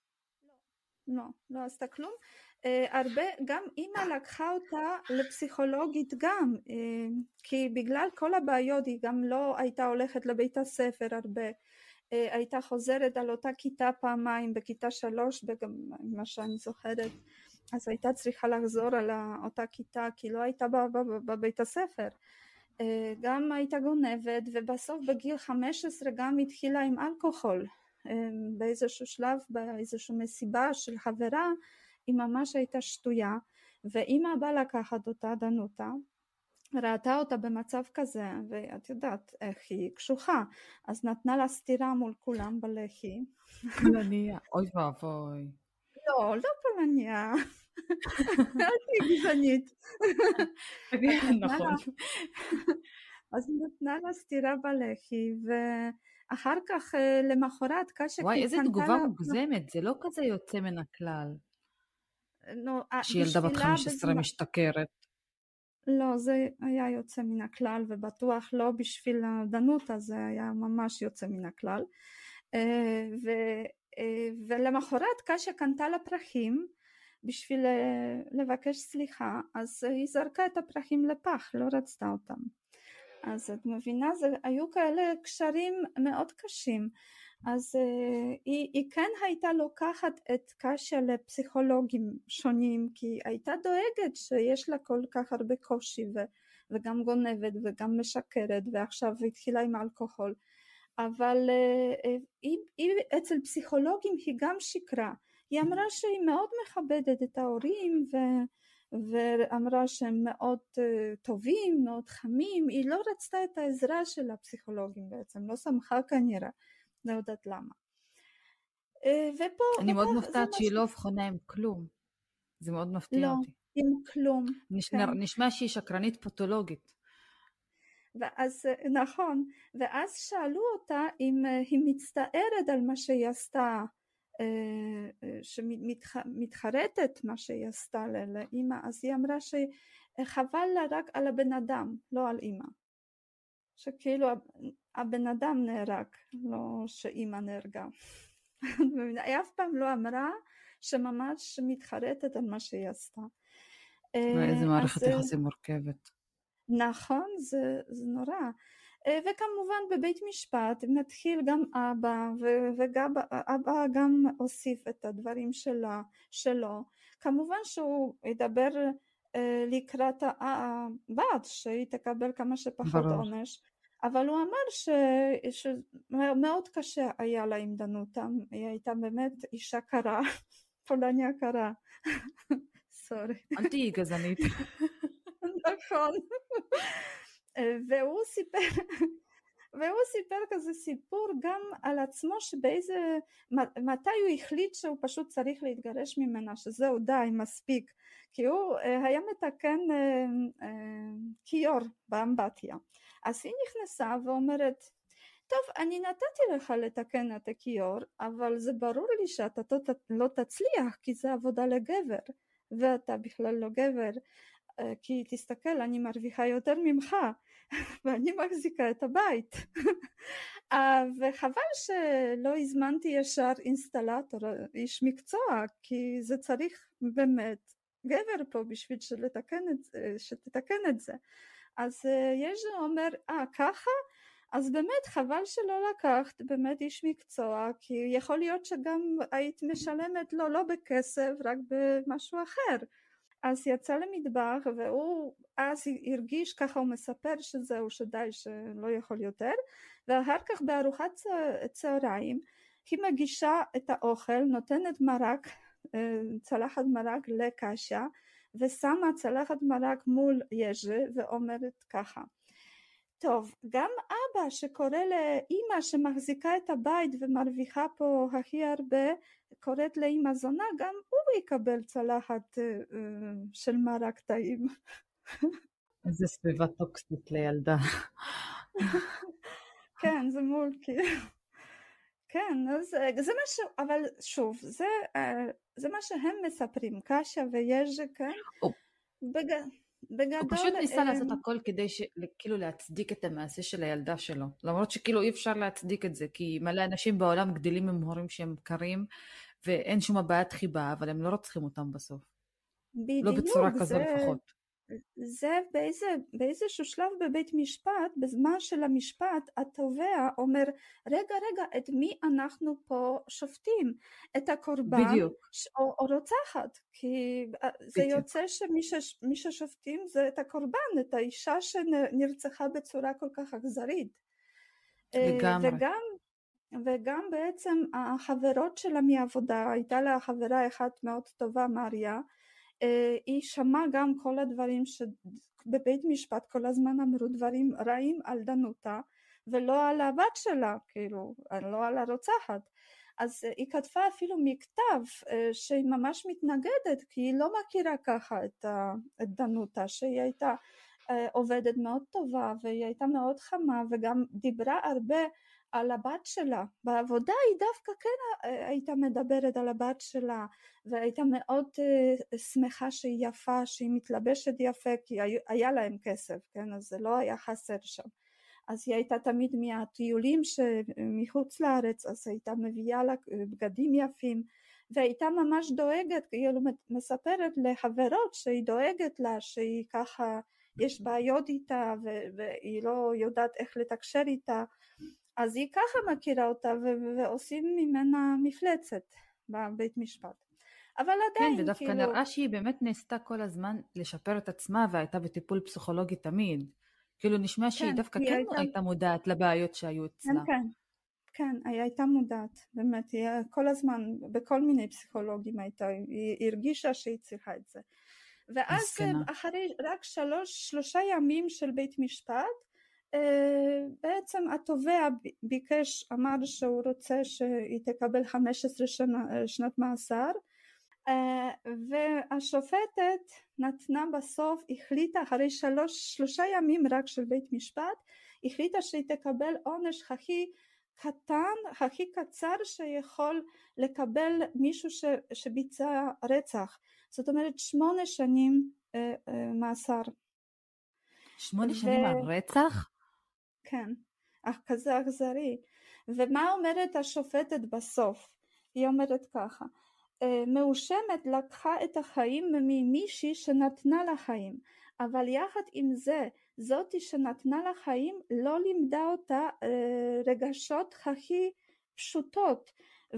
לא עשתה כלום. הרבה, גם אמא לקחה אותה לפסיכולוגית גם, כי בגלל כל הבעיות היא גם לא הייתה הולכת לבית הספר הרבה, הייתה חוזרת על אותה כיתה פעמיים, בכיתה 3 מה שאני זוכרת, אז הייתה צריכה לחזור על אותה כיתה כי לא הייתה בבית הספר, גם הייתה גונבת, ובסוף בגיל 15 גם התחילה עם אלכוהול, באיזשהו שלב, באיזושהי מסיבה של חברה, היא ממש הייתה שטויה, ואמא באה לקחת אותה, דנותה, ראתה אותה במצב כזה, ואת יודעת איך היא קשוחה, אז נתנה לה סטירה מול כולם בלחי. פולניה, אוי ואבוי. לא, לא פולניה, אל תהי גזענית. נכון. אז נתנה לה סטירה בלחי, ואחר כך למחרת קשה וואי, איזה קנתה תגובה לה... מוגזמת, זה לא כזה יוצא מן הכלל. נו, שילדה בת בשבילה 15 משתכרת. לא, זה היה יוצא מן הכלל, ובטוח לא בשביל דנותה, זה היה ממש יוצא מן הכלל. ולמחרת קשה קנתה לה פרחים בשביל לבקש סליחה, אז היא זרקה את הפרחים לפח, לא רצתה אותם. אז את מבינה, זה היו כאלה קשרים מאוד קשים. אז היא כן הייתה לוקחת את קשה לפסיכולוגים שונים, כי הייתה דואגת שיש לה כל כך הרבה קושי, וגם גונבת וגם משקרת, ועכשיו התחילה עם אלכוהול. אבל היא אצל פסיכולוגים היא גם שקרה. היא אמרה שהיא מאוד מכבדת את ההורים, ואמרה שהם מאוד טובים, מאוד חמים. היא לא רצתה את העזרה של הפסיכולוגים בעצם, לא שמחה כנראה, לא יודעת למה. ופה, אני מאוד מופתעת שהיא לא הבחנה עם כלום. זה מאוד מפתיע אותי. לא, עם כלום. נשמע שהיא שקרנית פתולוגית. ואז, נכון, ואז שאלו אותה אם היא מצטערת על מה שהיא עשתה, שמתחרטת מה שהיא עשתה לאמא, אז היא אמרה שחבל לה רק על הבן אדם, לא על אמא. שכאילו הבן אדם נהרג, לא שאמא נהרגה. היא אף פעם לא אמרה שממש מתחרטת על מה שהיא עשתה. איזה מערכת יחסים מורכבת. נכון, זה נורא. וכמובן בבית משפט מתחיל גם אבא, ואבא גם הוסיף את הדברים שלו. כמובן שהוא ידבר לקראת הבת, שהיא תקבל כמה שפחות עונש, אבל הוא אמר שמאוד קשה היה לה עם דנותה, היא הייתה באמת אישה קרה, פולניה קרה. סורי. אל תהיי גזענית. נכון. והוא סיפר כזה סיפור גם על עצמו, מתי הוא החליט שהוא פשוט צריך להתגרש ממנה, שזהו די, מספיק, כי הוא היה מתקן כיור באמבטיה. אז היא נכנסה ואומרת, טוב, אני נתתי לך לתקן את הכיור, אבל זה ברור לי שאתה לא תצליח, כי זה עבודה לגבר, ואתה בכלל לא גבר, כי תסתכל, אני מרוויחה יותר ממך, ואני מחזיקה את הבית. וחבל שלא הזמנתי ישר אינסטלטור, איש מקצוע, כי זה צריך באמת גבר פה בשביל שתתקן את זה. אז יז'ה אומר, ככה? אז באמת חבל שלא לקחת באמת איש מקצוע, כי יכול להיות שגם היית משלמת לו לא בכסף, רק במשהו אחר. אז יצא למטבח, והוא אז הרגיש, ככה הוא מספר שזהו, שדי, שלא יכול יותר, ואחר כך בארוחת צהריים היא מגישה את האוכל, נותנת מרק, צלחת מרק לקשה, ושמה צלחת מרק מול יז'ה ואומרת ככה, טוב, גם אבא שקורא לאמא שמחזיקה את הבית ומרוויחה פה הכי הרבה, קוראת לאמא זונה, גם הוא יקבל צלחת של מרק טעים. איזה סביבה טוקסית לילדה. כן, זה מולקי. כן, זה משהו, אבל שוב, זה מה שהם מספרים, קשה ויז'ה, כן? בגדול, הוא פשוט ניסה לעשות הכל כדי כאילו להצדיק את המעשה של הילדה שלו, למרות שכאילו אי אפשר להצדיק את זה, כי מלא אנשים בעולם גדלים עם הורים שהם קרים, ואין שום הבעיית חיבה, אבל הם לא רוצחים אותם בסוף. בדיוק, לא בצורה כזו לפחות. זה באיזשהו שלב בבית משפט, בזמן של המשפט, התובע אומר, רגע, את מי אנחנו פה שופטים? את הקורבן או רוצחת? כי זה יוצא שמי ששופטים זה את הקורבן, את האישה שנרצחה בצורה כל כך אכזרית. לגמרי. וגם בעצם החברות שלה מהעבודה, הייתה לה חברה אחת מאוד טובה, מריה, היא שמעה גם כל הדברים שבבית משפט כל הזמן אמרו דברים רעים על דנותה, ולא על הבת שלה, כאילו, לא על הרוצחת. אז היא כתבה אפילו מכתב שהיא ממש מתנגדת, כי היא לא מכירה ככה את דנותה, שהיא הייתה עובדת מאוד טובה, והיא הייתה מאוד חמה, וגם דיברה הרבה על הבת שלה. בעבודה היא דווקא כן הייתה מדברת על הבת שלה, והייתה מאוד שמחה שהיא יפה, שהיא מתלבשת יפה, כי היה להם כסף, כן? אז זה לא היה חסר שם. אז היא הייתה תמיד מהטיולים מחוץ לארץ, אז הייתה מביאה לה בגדים יפים, והייתה ממש דואגת, היא מספרת לחברות שהיא דואגת לה, שהיא ככה, יש בעיות איתה, והיא לא יודעת איך לתקשר איתה, אז היא ככה מכירה אותה, ועושים ממנה מפלצת בבית משפט. אבל עדיין, כן, ודווקא כאילו... נראה שהיא באמת נסתה כל הזמן לשפר את עצמה, והייתה בטיפול פסיכולוגי תמיד. כאילו נשמע שהיא דווקא כן הייתה מודעת לבעיות שהיו אצלה. כן, היא הייתה מודעת, באמת, היא כל הזמן, בכל מיני פסיכולוגים הייתה, היא הרגישה שהיא צריכה את זה. ואז אחרי רק 3 ימים של בית משפט, בעצם התובע ביקש, אמר שהוא רוצה שהיא תקבל 15 שנות מאסר, והשופטת נתנה בסוף, החליטה אחרי 3 ימים רק של בית משפט, החליטה שהיא תקבל עונש הכי קטן, הכי קצר שיכול לקבל מישהו שביצע רצח, זאת אומרת 8 שנים מאסר. 8 שנים על רצח? כן, כזה אכזרי. ומה אומרת השופטת בסוף? היא אומרת ככה, מאושמת לקחה את החיים ממישהי שנתנה לה חיים, אבל יחד עם זה, זאתי שנתנה לה חיים לא לימדה אותה רגשות הכי פשוטות,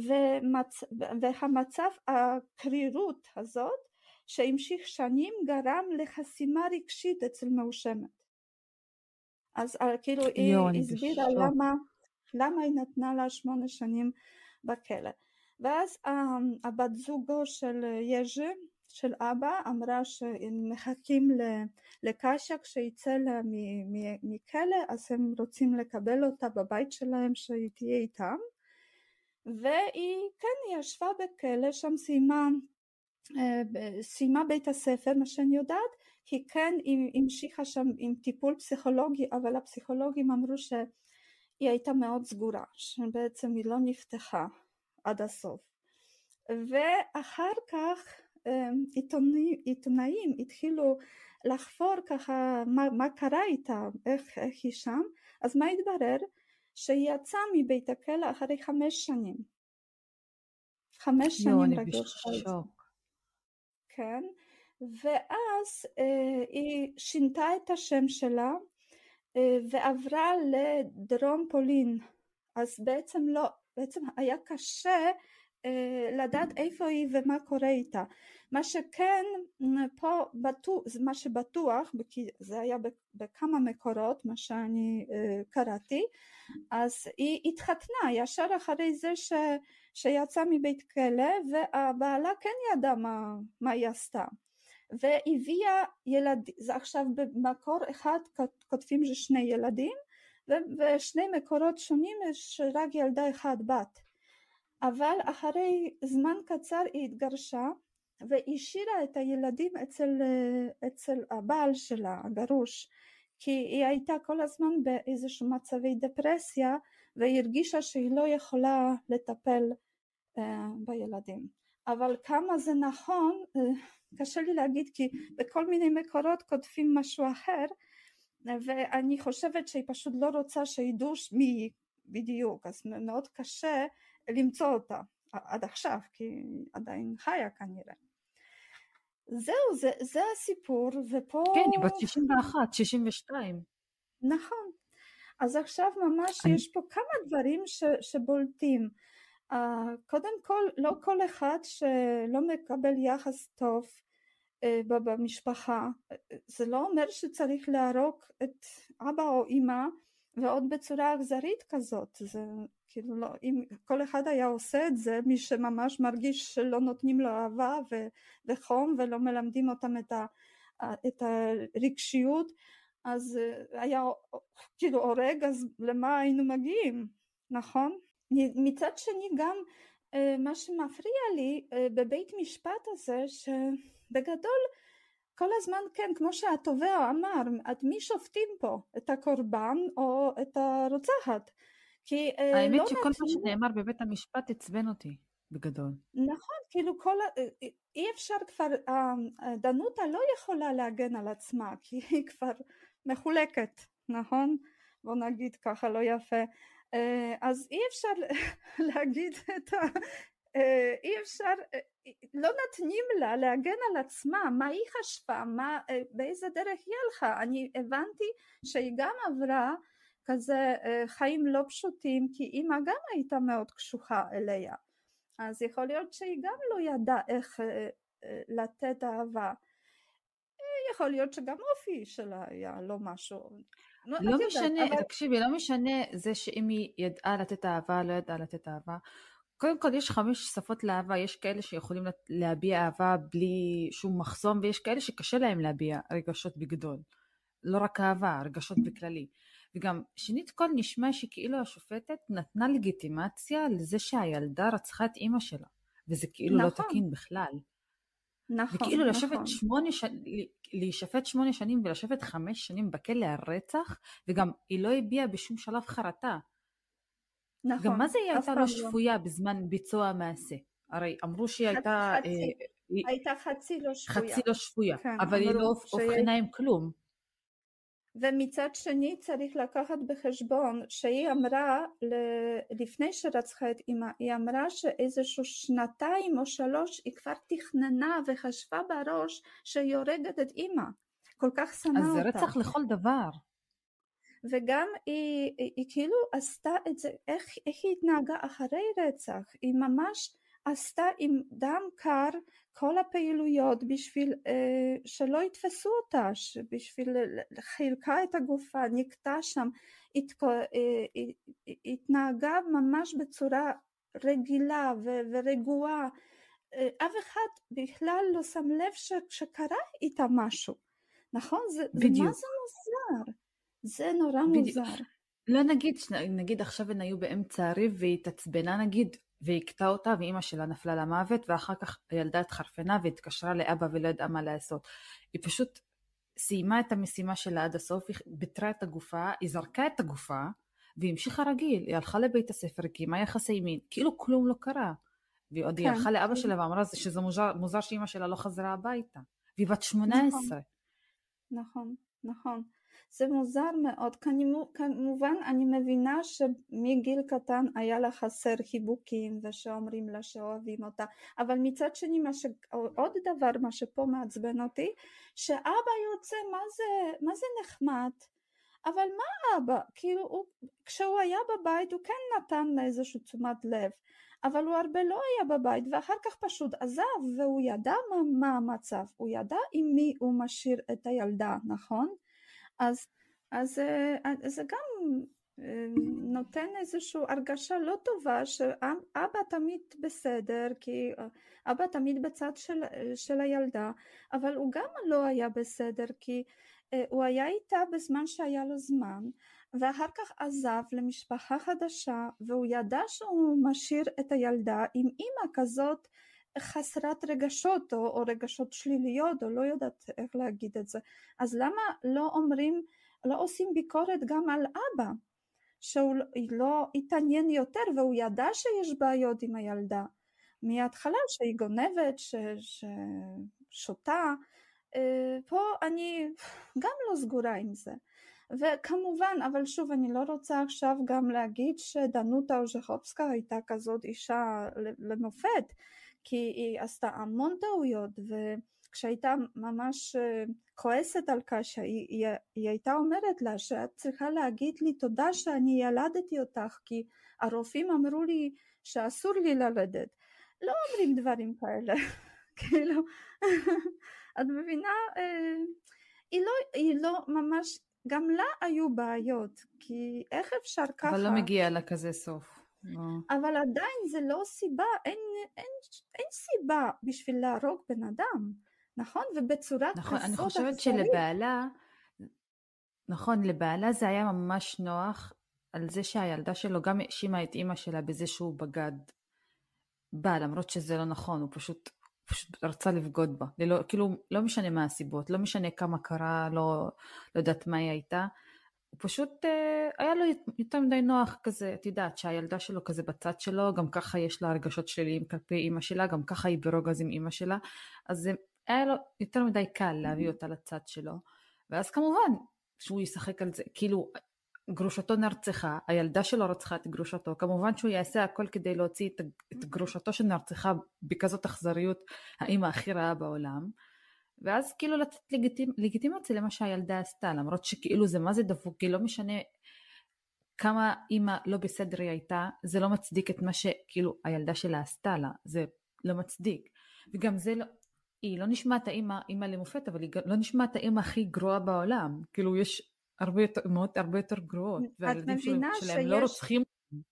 והמצב הקרירות הזאת שהמשיך שנים גרם לחסימה רגשית אצל מאושמת. אז כאילו היא הסבירה למה היא נתנה לה 8 שנים בכלא. ואז הבת זוגו של יז'י, של אבא, אמרה שמחכים לקשיה כשיצא לה מכלא, אז הם רוצים לקבל אותה בבית שלהם שהיא תהיה איתם, והיא כן ישבה בכלא, שם סיימה בית הספר, מה שאני יודעת, היא כן המשיכה שם עם טיפול פסיכולוגי, אבל הפסיכולוגים אמרו שהיא הייתה מאוד סגורה, שבעצם היא לא נפתחה עד הסוף. ואחר כך עיתונאים התחילו לחפור ככה מה קרה איתה, איך היא שם, אז מה התברר? שהיא יצאה מבית הכלא אחרי 5 שנים. 5 שנים רק יצאה. כן, ואז היא שינתה את השם שלה ועברה לדרום פולין, אז בעצם היה קשה לדעת איפה היא ומה קורה איתה. מה שכן פה מה שבטוח, כי זה היה בכמה מקורות מה שאני קראתי, אז היא התחתנה ישר אחרי זה שיצאה מבית כלא, והבעלה כן ידע מה היא עשתה, והביאה ילדים. זה עכשיו במקור אחד כותבים ש2 ילדים, ושני מקורות שונים יש רק ילדה אחת, בת. אבל אחרי זמן קצר היא התגרשה והשאירה את הילדים אצל הבעל שלה, הגרוש, כי היא הייתה כל הזמן באיזשהו מצבי דפרסיה, והיא הרגישה שהיא לא יכולה לטפל בילדים. אבל כמה זה נכון, קשה לי להגיד, כי בכל מיני מקורות כותבים משהו אחר, ואני חושבת שהיא פשוט לא רוצה שידעו מי בדיוק, אז מאוד קשה למצוא אותה עד עכשיו, כי עדיין חיה כנראה. זהו, זה הסיפור, ופה... כן, היא בת 61, 62. נכון. אז עכשיו ממש יש פה כמה דברים שבולטים. קודם כל, לא כל אחד שלא מקבל יחס טוב במשפחה, זה לא אומר שצריך להרוג את אבא או אמא ועוד בצורה אכזרית כזאת, זה כאילו לא, אם כל אחד היה עושה את זה, מי שממש מרגיש שלא נותנים לו אהבה וחום ולא מלמדים אותם את הרגשיות, אז היה כאילו הורג, אז למה היינו מגיעים, נכון? מצד שני גם מה שמפריע לי בבית משפט הזה, שבגדול כל הזמן כן, כמו שהתובע אמר, את מי שופטים פה, את הקורבן או את הרוצחת? כי האמת לא שכל מה נתנו, שנאמר בבית המשפט עצבן אותי, בגדול. נכון, כאילו אי אפשר כבר, דנותה לא יכולה להגן על עצמה, כי היא כבר מחולקת, נכון? בוא נגיד ככה, לא יפה. אז אי אפשר להגיד אי אפשר, לא נתנים לה להגן על עצמה, מה היא חשבה, באיזה דרך היא הלכה. אני הבנתי שהיא גם עברה כזה חיים לא פשוטים, כי אמא גם הייתה מאוד קשוחה אליה, אז יכול להיות שהיא גם לא ידעה איך לתת אהבה. יכול להיות שגם אופי שלה היה לא משהו, לא את יודעת, משנה, אבל תקשיבי, לא משנה זה שאם היא ידעה לתת אהבה, לא ידעה לתת אהבה. קודם כל, יש 5 שפות לאהבה, יש כאלה שיכולים להביע אהבה בלי שום מחסום, ויש כאלה שקשה להם להביע רגשות בגדול. לא רק אהבה, רגשות בכללי. וגם, שנית כל נשמע שכאילו השופטת נתנה לגיטימציה לזה שהילדה רצחה את אמא שלה, וזה כאילו לא נכון, תקין בכלל. נכון, וכאילו נכון, להישפט 8 שנים ולשבת 5 שנים בכלא על רצח, וגם היא לא הביעה בשום שלב חרטה. גם מה נכון, זה היא אף הייתה לא פעם לא. שפויה בזמן ביצוע המעשה? הרי אמרו שהיא הייתה הייתה חצי לא חצי שפויה, לא שפויה, כן, אבל היא אמרו לא הבחינה עם כלום. ומצד שני צריך לקחת בחשבון שהיא אמרה לפני שרצחה את אמא, היא אמרה שאיזשהו 2 או 3 היא כבר תכננה וחשבה בראש שהיא הורגת את אמא, כל כך אז שנאה זה אותה, רצח לכל דבר. וגם היא כאילו עשתה את זה, איך היא התנהגה אחרי רצח, היא ממש עשתה עם דם קר כל הפעילויות בשביל שלא יתפסו אותה, בשביל חילקה את הגופה, נקטה שם, התנהגה ממש בצורה רגילה ורגועה, אף אחד בכלל לא שם לב שקרה איתה משהו, נכון? זה מה זה בדיוק, מוזר, זה נורא בדיוק. מוזר. לא נגיד עכשיו הן היו באמצע הריב והיא התעצבנה נגיד, והכתה אותה ואימא שלה נפלה למוות, ואחר כך הילדה התחרפנה והתקשרה לאבא ולא ידעה מה לעשות. היא פשוט סיימה את המשימה שלה עד הסוף, היא ביטרה את הגופה, היא זרקה את הגופה, והיא המשיכה רגיל, היא הלכה לבית הספר, קיימה יחסי מין, כאילו כלום לא קרה. ועוד היא כן, הלכה לאבא שלה ואמרה שזה מוזר שאימא שלה לא חזרה הביתה. והיא בת נכון, 18. נכון, נכון. זה מוזר מאוד. כמובן אני מבינה שמגיל קטן היה לה חסר חיבוקים ושאומרים לה שאוהבים אותה, אבל מצד שני עוד דבר מה שפה מעצבן אותי, שאבא יוצא מה זה נחמד, אבל מה אבא? כאילו כשהוא היה בבית הוא כן נתן לה איזושהי תשומת לב, אבל הוא הרבה לא היה בבית ואחר כך פשוט עזב, והוא ידע מה המצב, הוא ידע עם מי הוא משאיר את הילדה, נכון? אז זה גם נותן איזושהי הרגשה לא טובה שאבא תמיד בסדר, כי אבא תמיד בצד של הילדה, אבל הוא גם לא היה בסדר, כי הוא היה איתה בזמן שהיה לו זמן, ואחר כך עזב למשפחה חדשה, והוא ידע שהוא משאיר את הילדה עם אמא כזאת חסרת רגשות, או רגשות שליליות, או לא יודעת איך להגיד את זה. אז למה לא עושים ביקורת גם על אבא, שהוא לא התעניין יותר, והוא ידע שיש בעיות עם הילדה מההתחלה, שהיא גונבת, ששותה. פה אני גם לא סגורה עם זה. וכמובן, אבל שוב, אני לא רוצה עכשיו גם להגיד שדנוטה אוז'חובסקה הייתה כזאת אישה למופת, כי היא עשתה המון טעויות, וכשהייתה ממש כועסת על קשה, היא הייתה אומרת לה שאת צריכה להגיד לי תודה שאני ילדתי אותך, כי הרופאים אמרו לי שאסור לי ללדת. לא אומרים דברים כאלה, כאילו, את מבינה? היא לא ממש גם לה היו בעיות, כי איך אפשר ככה? אבל לא מגיע לה כזה סוף. לא. אבל עדיין זה לא סיבה, אין סיבה בשביל להרוג בן אדם, נכון? ובצורה נכון, אני כזאת חושבת אכזרית. שלבעלה, נכון, לבעלה זה היה ממש נוח על זה שהילדה שלו גם האשימה את אמא שלה בזה שהוא בגד בה, למרות שזה לא נכון, הוא פשוט רצה לבגוד בה. כאילו, לא משנה מה הסיבות, לא משנה כמה קרה, לא יודעת מה היא הייתה. הוא פשוט, היה לו יותר מדי נוח כזה, את יודעת, שהילדה שלו כזה בצד שלו, גם ככה יש לה רגשות שליליים כלפי אמא שלה, גם ככה היא ברוגז עם אמא שלה, אז זה היה לו יותר מדי קל להביא אותה לצד שלו. ואז כמובן, שהוא ישחק על זה, כאילו, גרושתו נרצחה, הילדה שלו רצחה את גרושתו, כמובן שהוא יעשה הכל כדי להוציא את גרושתו שנרצחה בכזאת אכזריות, האמא הכי רעה בעולם, ואז כאילו לתת לגיטימציה למה שהילדה עשתה, למרות שכאילו זה מה זה דפוק, כי לא משנה כמה אמא לא בסדר היא הייתה, זה לא מצדיק את מה שכאילו הילדה שלה עשתה לה, זה לא מצדיק, וגם זה לא, היא לא נשמעת האמא למופת, אבל היא לא נשמעת האמא הכי גרועה בעולם, כאילו יש הרבה יותר גרועות, והילדים שלהם לא רוצחים.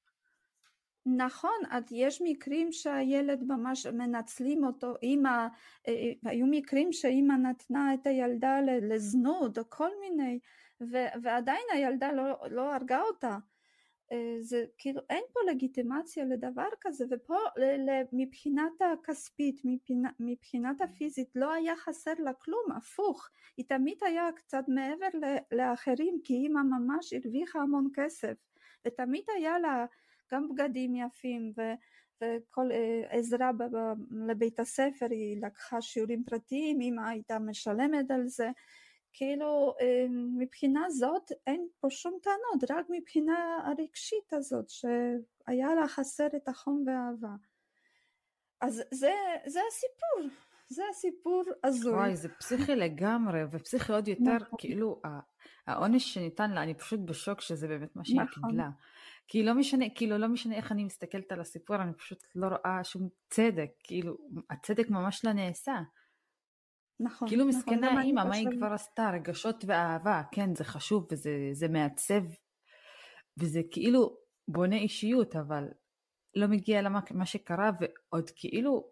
נכון, יש מקרים שהילד ממש מנצלים אותו, היו מקרים שאמא נתנה את הילדה לזנות או כל מיני, ועדיין הילדה לא הרגה אותה. זה כאילו אין פה לגיטימציה לדבר כזה, ופה מבחינת הכספית, מבחינת הפיזית לא היה חסר לה כלום, הפוך, היא תמיד היה קצת מעבר לאחרים, כי אמא ממש הרוויחה המון כסף, ותמיד היה לה גם בגדים יפים וכל עזרה לבית הספר, היא לקחה שיעורים פרטיים, אמא הייתה משלמת על זה, כאילו מבחינה זאת אין פה שום טענות, רק מבחינה הרגשית הזאת שהיה לה חסר את החום והאהבה. אז זה הסיפור הזוי. וואי, זה פסיכי לגמרי, ופסיכי עוד יותר, כאילו העונש שניתן לה, אני פשוט בשוק שזה באמת מה שהיא קיבלה. כי לא משנה איך אני מסתכלת על הסיפור, אני פשוט לא רואה שום צדק, כאילו הצדק ממש לא נעשה. נכון. כאילו מסכנה האמא, מה היא כבר עשתה, רגשות ואהבה, כן, זה חשוב וזה מעצב, וזה כאילו בונה אישיות, אבל לא מגיע למה שקרה, ועוד כאילו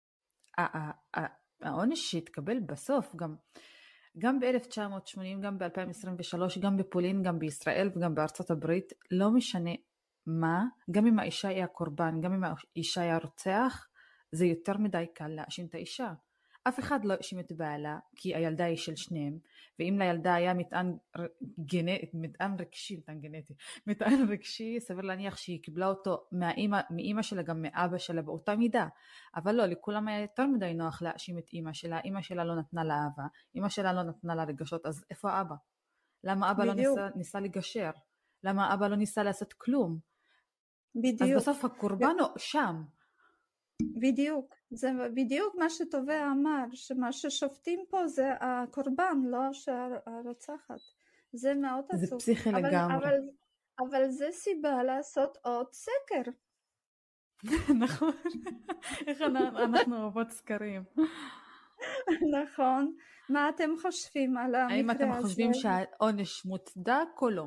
העונש שהתקבל בסוף, גם ב-1980, גם ב-2023, גם בפולין, גם בישראל וגם בארצות הברית, לא משנה מה, גם אם האישה היא הקורבן, גם אם האישה היא הרוצח, זה יותר מדי קל להאשים את האישה. אף אחד לא האשים את בעלה, כי הילדה היא של שניהם, ואם לילדה היה מטען רגשי, סביר להניח שהיא קיבלה אותו מאמא שלה, גם מאבא שלה באותה מידה, אבל לא, לכולם היה יותר מדי נוח להאשים את אמא שלה, אמא שלה לא נתנה לה אהבה, אמא שלה לא נתנה לה רגשות, אז איפה אבא? למה אבא לא ניסה לגשר? למה אבא לא ניסה לעשות כלום? בדיוק. אז בסוף הקורבן הוא שם. בדיוק, זה בדיוק מה שטובה אמר, שמה ששופטים פה זה הקורבן, לא שהרוצחת. זה מאוד עצוב. זה פסיכי לגמרי. אבל זה סיבה לעשות עוד סקר. נכון. איך אנחנו אוהבות סקרים. נכון. מה אתם חושבים על המקרה הזה? האם אתם חושבים שהעונש מוצדק או לא?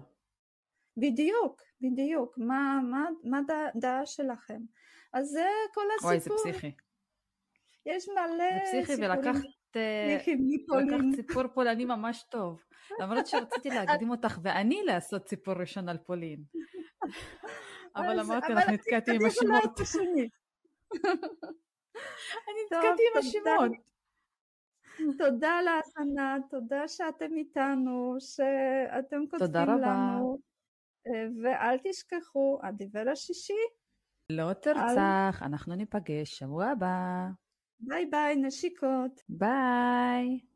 בדיוק. מה דעה שלכם? אז זה כל הסיפור. וואי, זה פסיכי. יש מלא סיפורים. ולקחת סיפור פולני ממש טוב. למרות שרציתי להקדים אותך ואני לעשות סיפור ראשון על פולין. אבל אמרתי לך, נתקעתי עם השמות. אני נתקעתי עם השמות. תודה להאזנה, תודה שאתם איתנו, שאתם כותבים לנו. ואל תשכחו, הדיבר השישי. לא תרצח, אנחנו ניפגש שבוע הבא. ביי ביי, נשיקות. ביי.